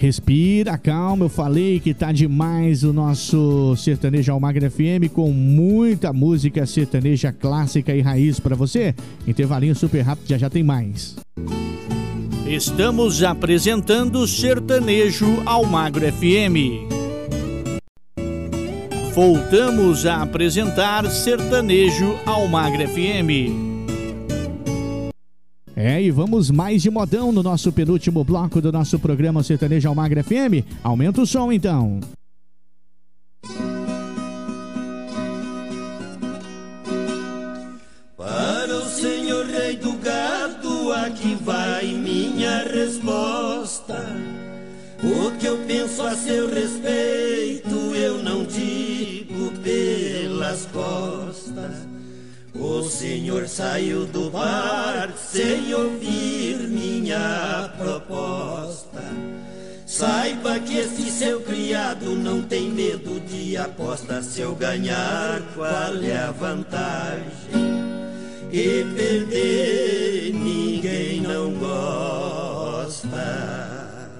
Respira, calma, eu falei que tá demais o nosso Sertanejo Almagre FM com muita música sertaneja clássica e raiz pra você. Intervalinho super rápido, já tem mais. Estamos apresentando Sertanejo Almagre FM. Voltamos a apresentar Sertanejo Almagre FM. E vamos mais de modão no nosso penúltimo bloco do nosso programa Sertanejo Almagre FM. Aumenta o som, então. Para o senhor rei do gado, aqui vai minha resposta. O que eu penso a seu respeito, eu não digo pelas costas. O senhor saiu do bar sem ouvir minha proposta. Saiba que esse seu criado não tem medo de aposta. Se eu ganhar, qual é a vantagem? E perder ninguém não gosta.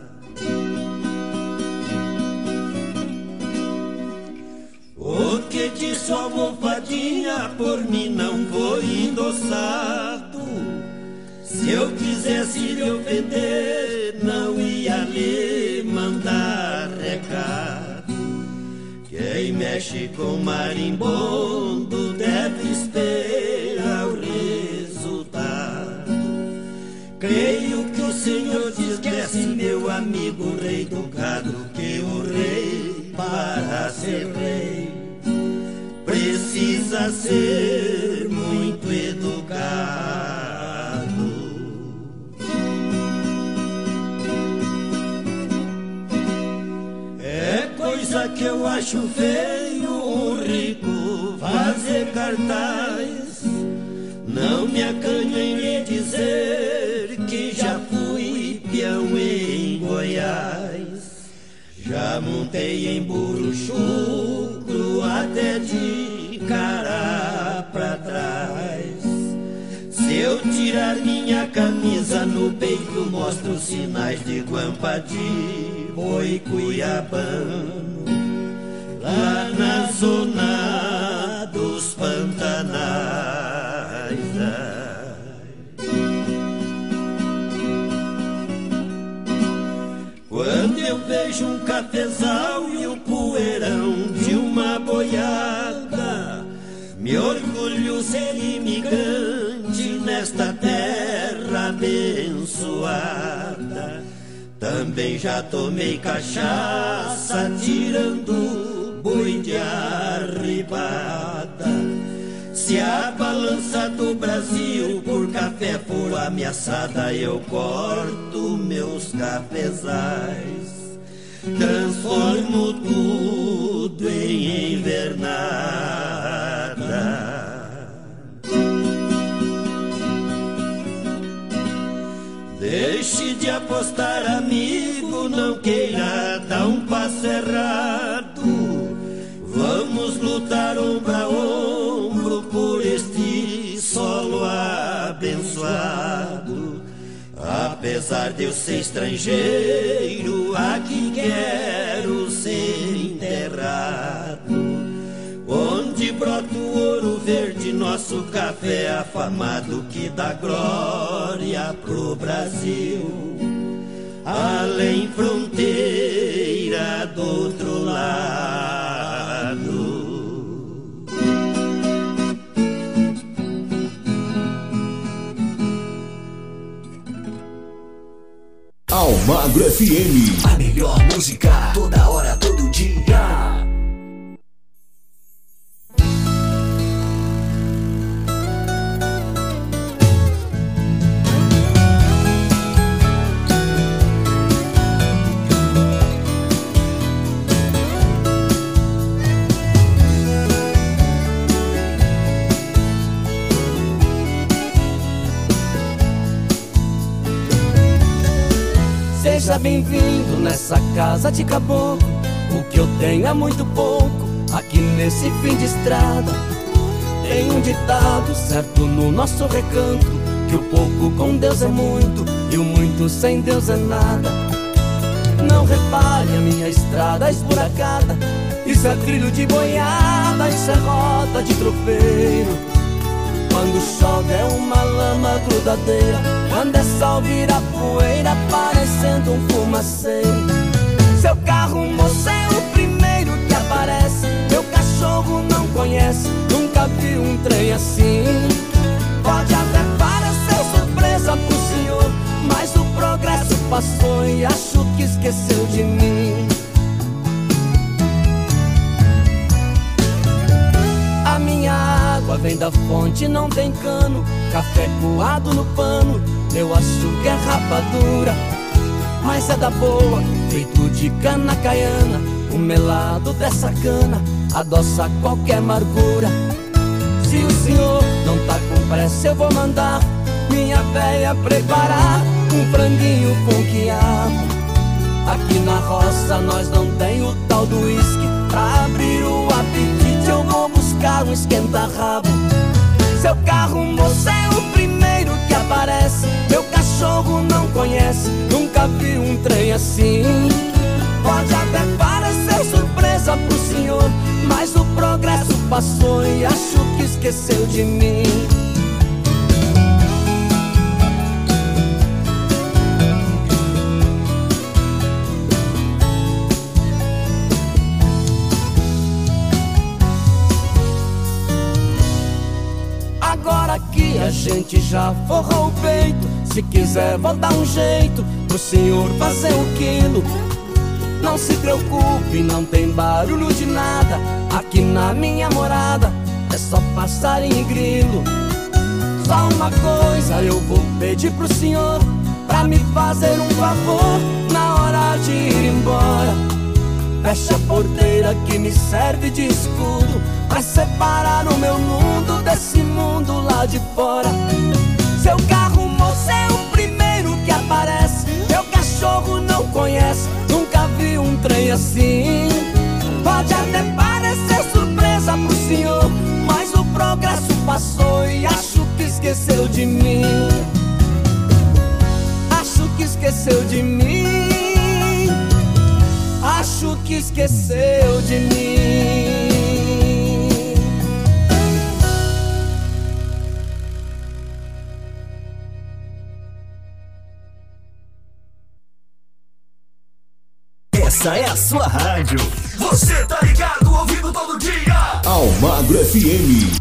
O que disse a almofadinha por mim não foi endossado. Se eu quisesse lhe ofender, não ia lhe mandar recado. Quem mexe com marimbondo deve esperar o resultado. Creio que o senhor esquece, meu amigo rei do gado, que o rei, para ser rei, precisa ser muito educado. É coisa que eu acho feio um rico fazer cartaz. Não me acanho em lhe dizer que já fui peão em Goiás. Já montei em burro chucro até de cara pra trás. Se eu tirar minha camisa, no peito mostro sinais de guampa de boi cuiabano. Lá na zona dos Pantanais. Quando eu vejo um cafezal e o poeirão de uma boiada, me orgulho ser imigrante nesta terra abençoada. Também já tomei cachaça tirando boi de arribada. Se a balança do Brasil por café for ameaçada, eu corto meus cafezais, transformo tudo em invernada. Deixe de apostar, amigo, não queira dar um passo errado. Vamos lutar ombro a ombro por este solo abençoado. Apesar de eu ser estrangeiro, aqui quero ser enterrado. Onde brota o ouro verde, nosso café afamado, que dá glória pro Brasil. Além fronteira do outro lado. Almagro FM. A melhor música, toda hora, todo dia. Seja bem-vindo nessa casa de caboclo. O que eu tenho é muito pouco aqui nesse fim de estrada. Tem um ditado certo no nosso recanto, que o pouco com Deus é muito e o muito sem Deus é nada. Não repare a minha estrada esburacada. Isso é trilho de boiada, isso é rota de tropeiro. Quando chove é uma lama grudadeira, quando é sol vira poeira, parecendo um fumaceiro. Seu carro, moço, é o primeiro que aparece. Meu cachorro não conhece, nunca vi um trem assim. Pode até parecer surpresa pro senhor, mas o progresso passou e acho que esqueceu de mim. A minha água vem da fonte, não tem cano. Café coado no pano, meu açúcar é rapadura, mas é da boa, feito de cana caiana. O melado dessa cana adoça qualquer amargura. Se o senhor não tá com pressa, eu vou mandar minha véia preparar um franguinho com quiabo. Aqui na roça nós não tem o tal do uísque, pra abrir o apetite eu vou buscar um esquenta-rabo. Seu carro, moço, é o primeiro que aparece. Meu cachorro não conhece, nunca vi um trem assim. Pode até parecer surpresa pro senhor, mas o progresso passou e acho que esqueceu de mim. Agora que a gente já forrou o peito, se quiser vou dar um jeito pro senhor fazer um quilo. Não se preocupe, não tem barulho de nada. Aqui na minha morada é só passarinho e grilo. Só uma coisa eu vou pedir pro senhor, pra me fazer um favor na hora de ir embora. Fecha a porteira que me serve de escudo, pra separar o meu mundo desse mundo lá de fora. Seu carro, moço, é o primeiro que aparece. Meu cachorro não conhece, nunca vi um trem assim. Pode até parecer surpresa pro senhor, mas o progresso passou e acho que esqueceu de mim. Acho que esqueceu de mim. Acho que esqueceu de mim. Essa é a sua rádio. Você tá ligado, ouvindo todo dia. Almagro FM.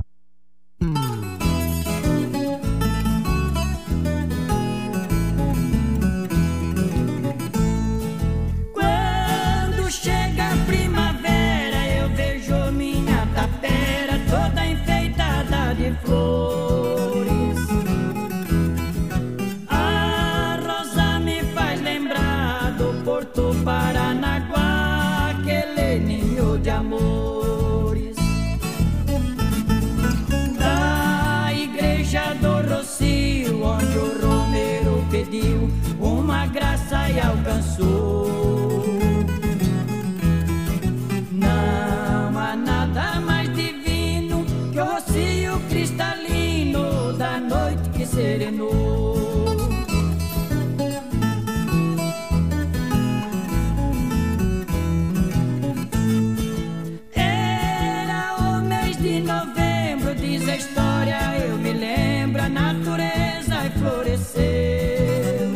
Quando chega a primavera, eu vejo minha tapera toda enfeitada de flores. A rosa me faz lembrar do Porto Paranaguá, aquele ninho de amores. Da igreja do Rocio, onde o romeiro pediu uma graça e alcançou. Não há nada mais divino que o rocio cristalino da noite que serenou. Era o mês de novembro, diz a história, eu me lembro, a natureza floresceu.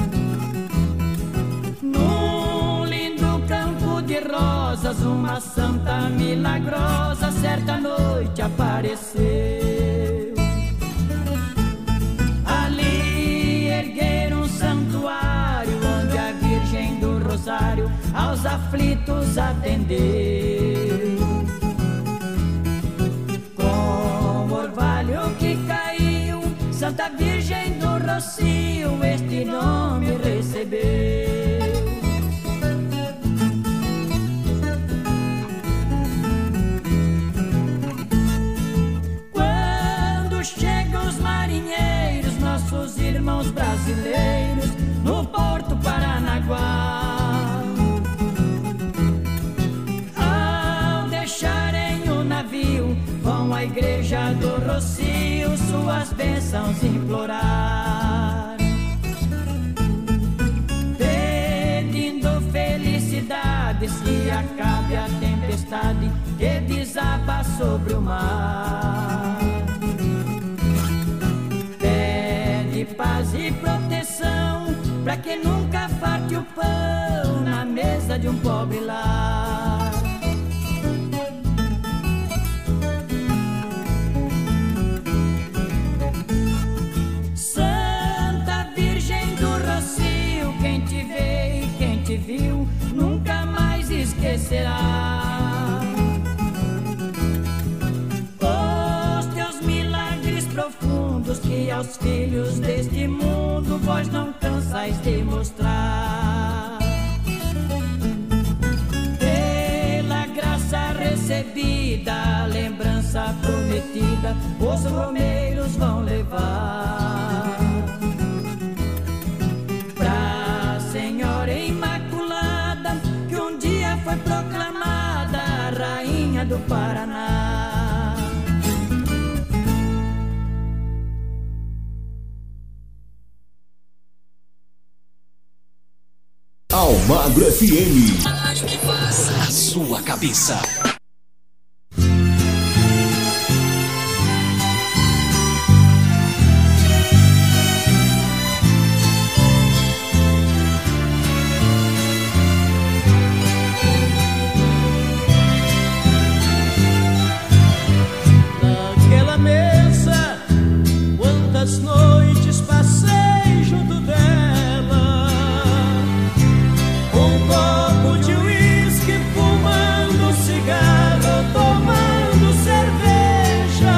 Num lindo campo de rosas, uma santa milagrosa certa noite apareceu. Ali ergueram um santuário onde a Virgem do Rosário aos aflitos atendeu. Com orvalho que caiu, Santa Virgem do Rocio este nome recebeu. Quando chegam os marinheiros, nossos irmãos brasileiros, no Porto Paranaguá, ao deixarem o navio, vão à igreja do Rocio suas bênçãos implorar, pedindo se acabe a tempestade que desaba sobre o mar. Pede paz e proteção pra que nunca falte o pão na mesa de um pobre lar. Santa Virgem do Rocio, quem te vê e quem te viu nunca mais esquecerá. Os teus milagres profundos que aos filhos deste mundo vós não cansais de mostrar. Pela graça recebida, a lembrança prometida, os romeiros vão levar pra Senhora Imaculada, que um dia foi proclamada a Rainha do Paraná. Almagro FM. A rádio que faz a sua cabeça. Naquela mesa, quantas noites passei junto dela, um copo de uísque, fumando cigarro, tomando cerveja.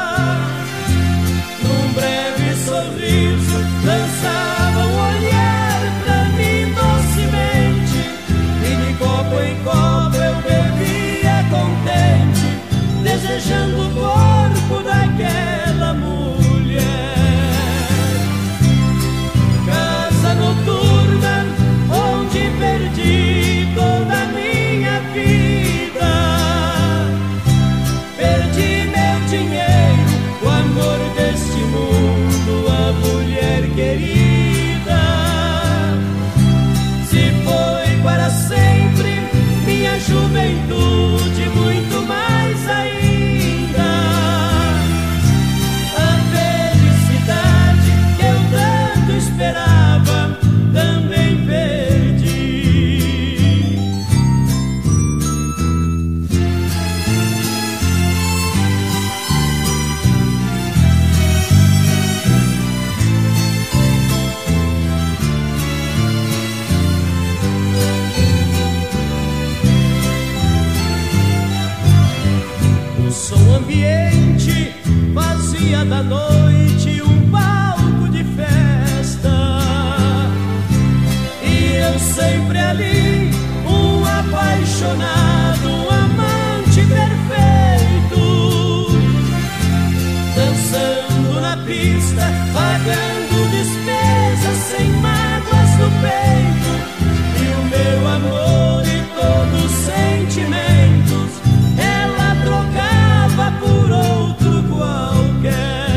Num breve sorriso, lançava um olhar pra mim docemente, e de copo em copo eu bebia contente, desejando o corpo daquela mulher. Casa noturna onde perdi toda a minha vida, perdi meu dinheiro, o amor deste mundo, a mulher querida. Se foi para sempre minha juventude, muito mais ainda, a felicidade que eu tanto esperava também perdi. O som ambiente fazia da noite um palco de festa, e eu sempre ali, um apaixonado, um amante perfeito, dançando na pista, pagando despesas sem mágoas no peito, e o meu amor e todos os sentimentos ela trocava por outro qualquer.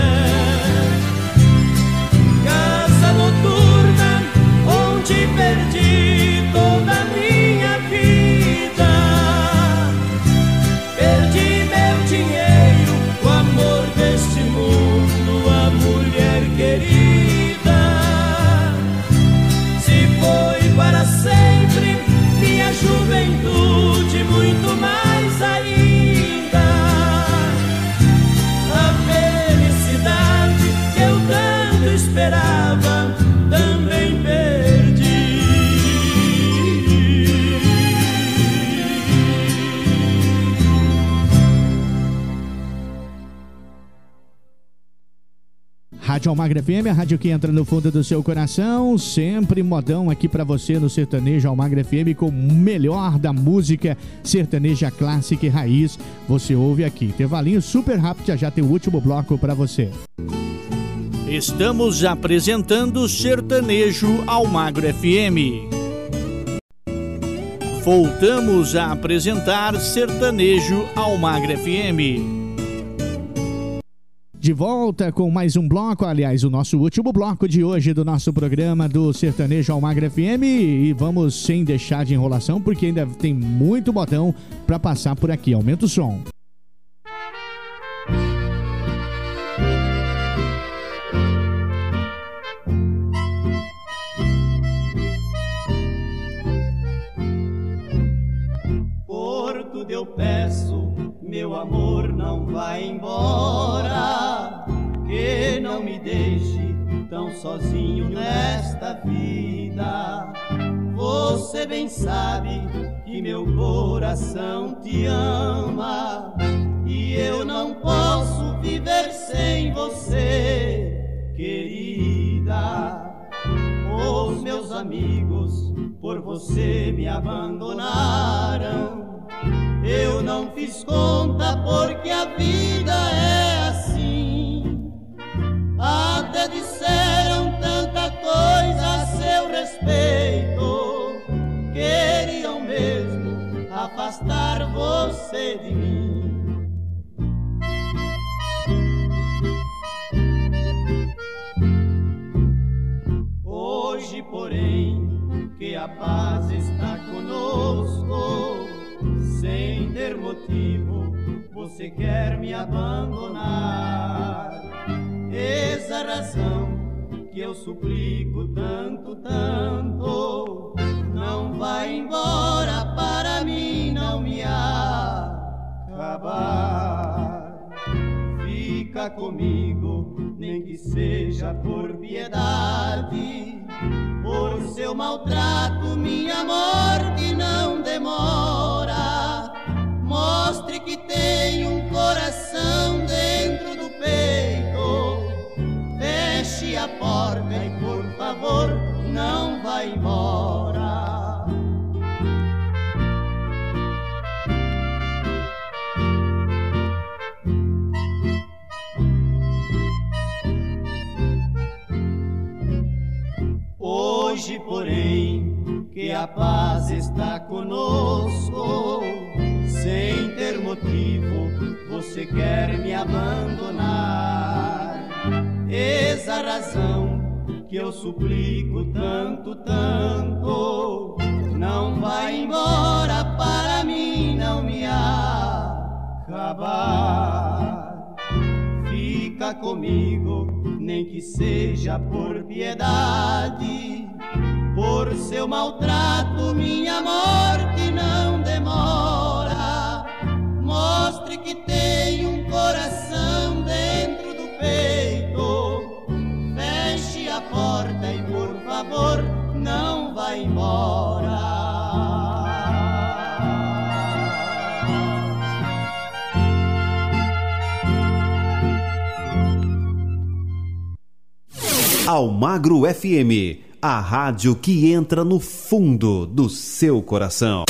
Casa noturna onde perdi toda a minha vida, perdi meu dinheiro, o amor deste mundo, a mulher querida. Se foi para sempre minha juventude, muito mais ainda, a felicidade que eu tanto esperava também perdi. Rádio Almagro FM, a rádio que entra no fundo do seu coração, sempre modão aqui pra você no Sertanejo Almagro FM, com o melhor da música sertaneja clássica e raiz. Você ouve aqui. Intervalinho super rápido, já tem o último bloco pra você. Estamos apresentando Sertanejo Almagro FM. Voltamos a apresentar Sertanejo Almagro FM. De volta com mais um bloco, aliás, o nosso último bloco de hoje do nosso programa do Sertanejo Almagro FM. E vamos sem deixar de enrolação, porque ainda tem muito botão para passar por aqui. Aumenta o som. Por tudo eu peço, meu amor, não vai embora, que não me deixe tão sozinho nesta vida. Você bem sabe que meu coração te ama e eu não posso viver sem você, querida. Os meus amigos por você me abandonaram. Eu não fiz conta porque a vida é assim. Até disseram tanta coisa a seu respeito. Queriam mesmo afastar você de mim. Hoje, porém, que a paz está conosco, sem ter motivo, você quer me abandonar. Eis a razão que eu suplico tanto, tanto. Não vai embora para mim não me acabar. Fica comigo, nem que seja por piedade. Por seu maltrato minha morte não demora. Mostre que tem um coração dentro do peito. Feche a porta e por favor não vá embora. Hoje, porém, que a paz está conosco, sem ter motivo, você quer me abandonar. Eis a razão que eu suplico tanto, tanto. Não vai embora para mim não me acabar. Fica comigo, nem que seja por piedade. Por seu maltrato minha morte não demora. Mostre que tem um coração dentro do peito. Feche a porta e por favor não vá embora. Almagro FM, a rádio que entra no fundo do seu coração.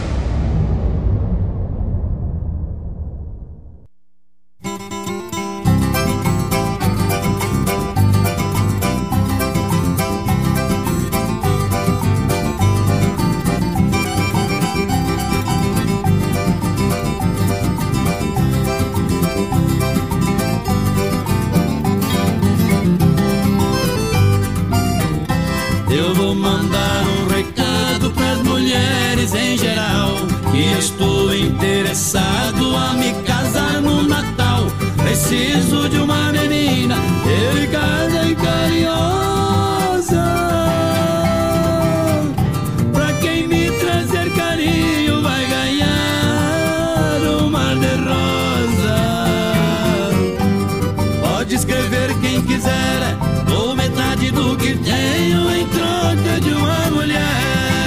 Preciso de uma menina delicada e carinhosa, pra quem me trazer carinho vai ganhar um mar de rosa. Pode escrever quem quiser, ou metade do que tenho em troca de uma mulher.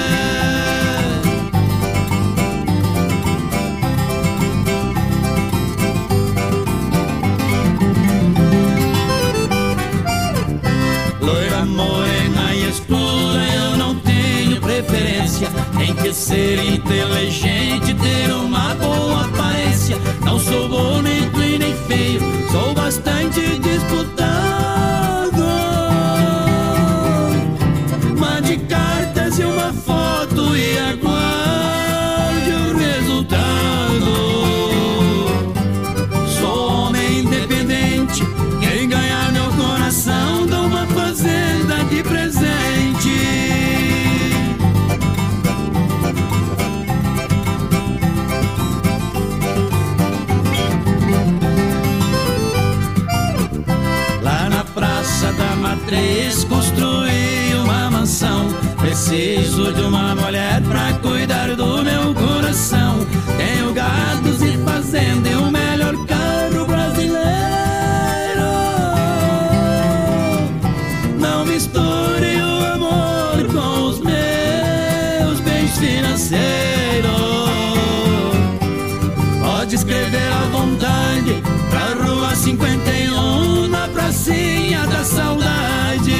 Morena e escura, eu não tenho preferência. Tem que ser inteligente, ter uma boa aparência. Não sou bonito e nem feio, sou bastante disputado. Mande cartas e uma foto e aguarde o resultado. Sou homem independente, Preciso de uma mulher pra cuidar do meu coração. Tenho gados e fazenda e o melhor carro brasileiro. Não misture o amor com os meus bens financeiros. Pode escrever à vontade pra Rua 51, na pracinha da saudade.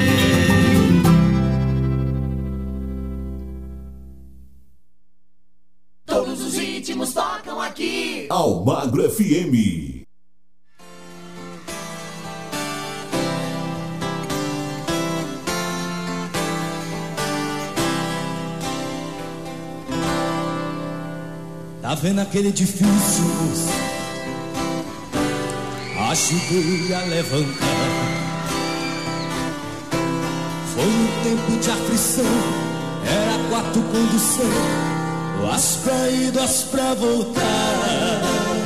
Todos os ritmos tocam aqui. Almagro FM. Tá vendo aquele edifício, moço? Ajudei a levantar. Foi um tempo de aflição, era 4 condução, as pra ir, as pra voltar.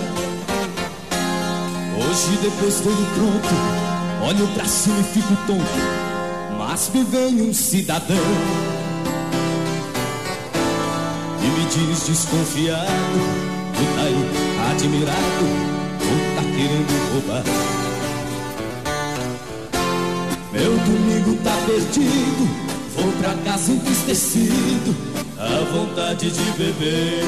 Hoje, depois dele pronto, olho pra cima e fico tonto, mas me vem um cidadão e me diz desconfiado: tu tá aí admirado ou tá querendo roubar? Meu domingo tá perdido, vou pra casa entristecido, a vontade de beber.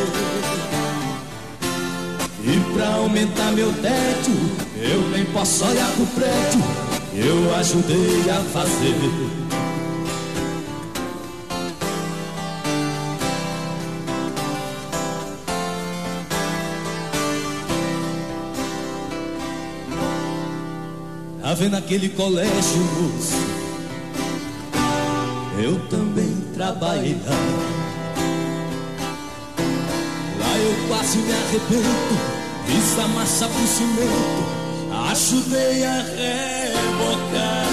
E pra aumentar meu tédio, eu nem posso olhar pro prédio, eu ajudei a fazer. Tá vendo aquele colégio, moço? Eu também trabalhei lá. Lá eu quase me arrebento, fiz a massa pro cimento, ajudei a rebocar.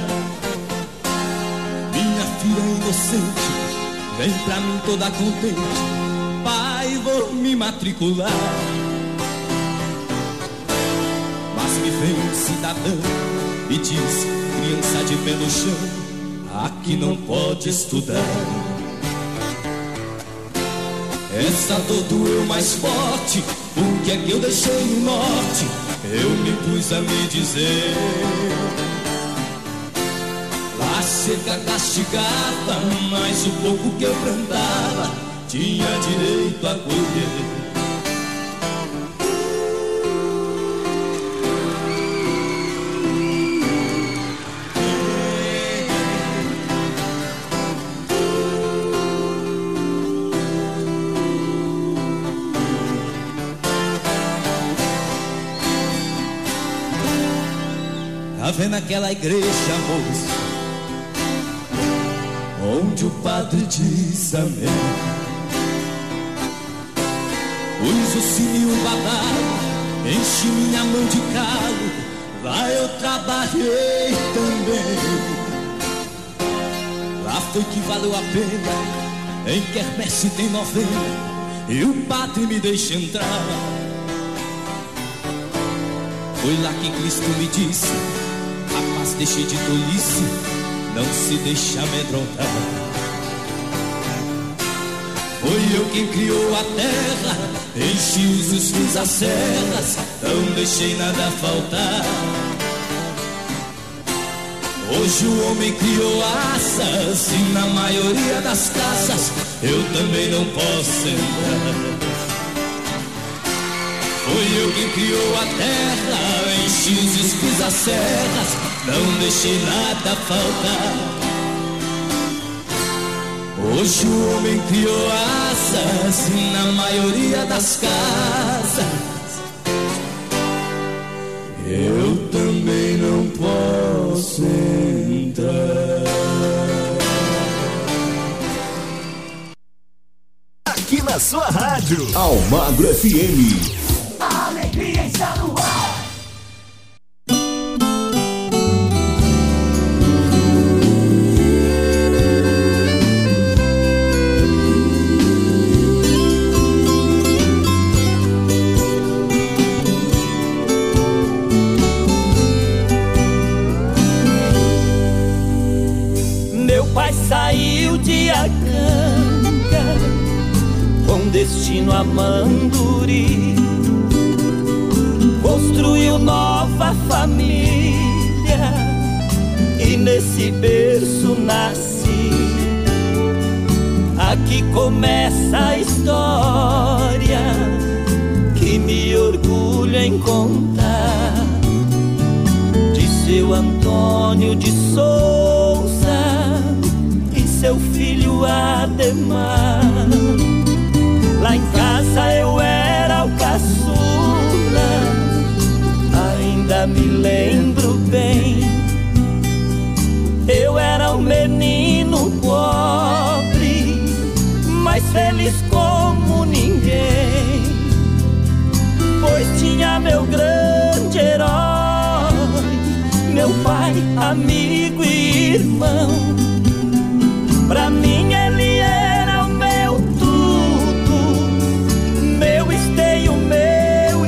Minha filha inocente vem pra mim toda contente: pai, vou me matricular. Me vem um cidadão e diz: criança de pé no chão, aqui não pode estudar. Essa dor doeu mais forte, o que é que eu deixei no norte? Eu me pus a me dizer: lá seca castigava, mas o pouco que eu plantava tinha direito a colher. Tá vendo aquela igreja, moço, onde o padre diz amém? Pus o sininho badalo, enchi minha mão de calo, lá eu trabalhei também. Lá foi que valeu a pena, em quermesse tem novena, e o padre me deixa entrar. Foi lá que Cristo me disse: rapaz, deixe de tolice, não se deixa amedrontar. Foi eu quem criou a terra, enchi os rios, fiz as serras, não deixei nada faltar. Hoje o homem criou asas e na maioria das casas eu também não posso entrar. Foi eu quem criou a terra, enchi os rios, fiz as serras, não deixei nada faltar. Hoje o homem criou asas e na maioria das casas eu também não posso entrar. Aqui na sua rádio Almagro FM. A alegria está no ar. Meu pai saiu de Acanga com destino a Manduri, construiu nova família e nesse berço nasci. Aqui começa a história que me orgulho em contar, de seu Antônio de Souza e seu filho Ademar. Lá em casa eu era o caçula, ainda me lembro bem. Eu era um menino pobre, mas feliz como ninguém, pois tinha meu grande herói, meu pai, amigo e irmão. Pra mim ele era o meu tudo, meu esteio, meu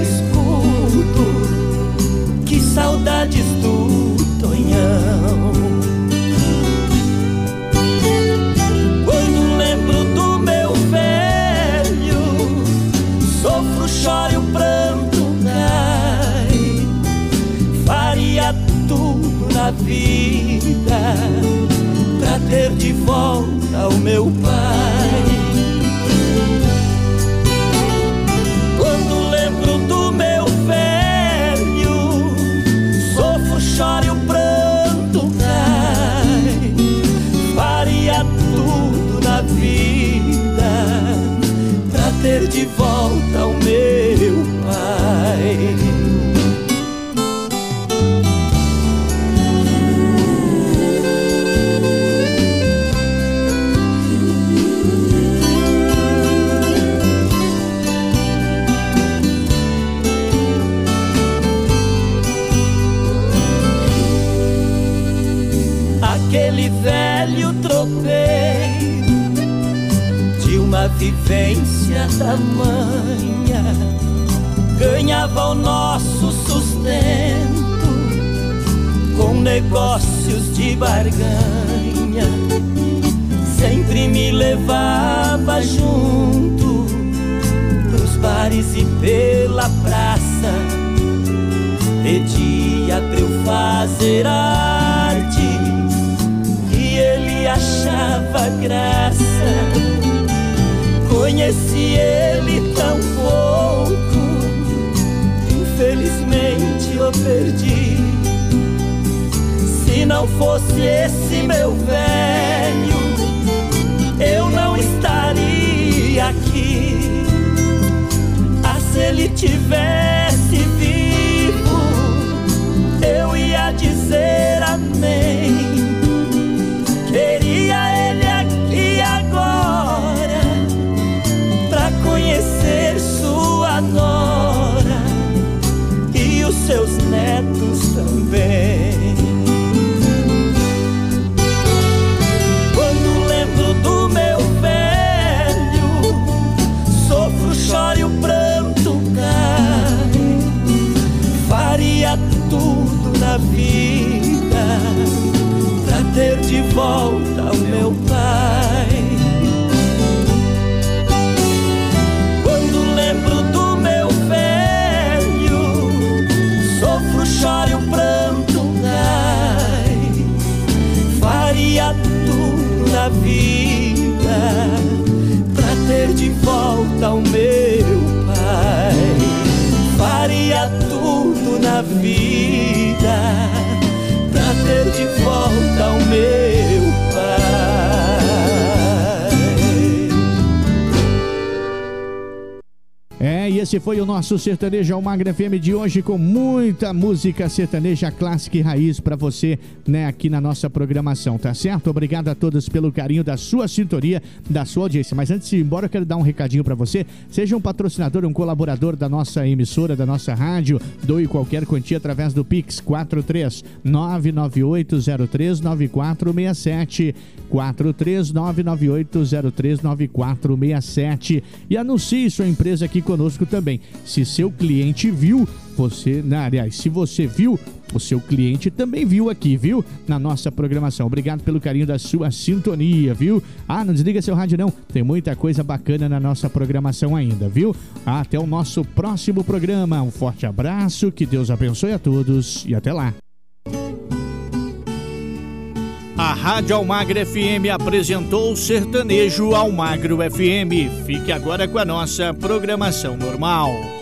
escudo. Que saudades do Tonhão. Quando lembro do meu velho, sofro, choro e o pranto cai. Faria tudo na vida pra ter de volta o meu pai. Quando lembro do meu velho, sofro, choro e o pranto cai. Faria tudo na vida pra ter de volta o meu pai. Aquele velho tropeiro de uma vivência tamanha ganhava o nosso sustento com negócios de barganha. Sempre me levava junto pros bares e pela praça, pedia pra eu fazer arte e ele achava graça. Conheci ele tão pouco, infelizmente eu perdi. Se não fosse esse meu velho, eu não estaria aqui. Ah, se ele tivesse vivo, eu ia dizer amém. Queria ele aqui agora pra conhecer sua nora e os seus netos também. Quando lembro do meu velho, sofro, choro e o pranto cai. Faria tudo na vida pra ter de volta o meu pai. Quando lembro do meu velho, sofro, choro e o pranto cai. Faria tudo na vida pra ter de volta o meu pai. Faria tudo na vida pra ter de volta o meu pai. E esse foi o nosso Sertanejo Almagro FM de hoje, com muita música sertaneja clássica e raiz pra você, né, aqui na nossa programação, tá certo? Obrigado a todos pelo carinho da sua sintonia, da sua audiência. Mas antes de ir embora, eu quero dar um recadinho pra você. Seja um patrocinador, um colaborador da nossa emissora, da nossa rádio. Doe qualquer quantia através do Pix 43998039467, 43998039467, e anuncie sua empresa aqui conosco também. Se seu cliente viu, aliás, se você viu, o seu cliente também viu aqui, viu? Na nossa programação. Obrigado pelo carinho da sua sintonia, viu? Não desliga seu rádio não, tem muita coisa bacana na nossa programação ainda, viu? Até o nosso próximo programa. Um forte abraço, que Deus abençoe a todos e até lá. A Rádio Almagro FM apresentou o Sertanejo Almagro FM. Fique agora com a nossa programação normal.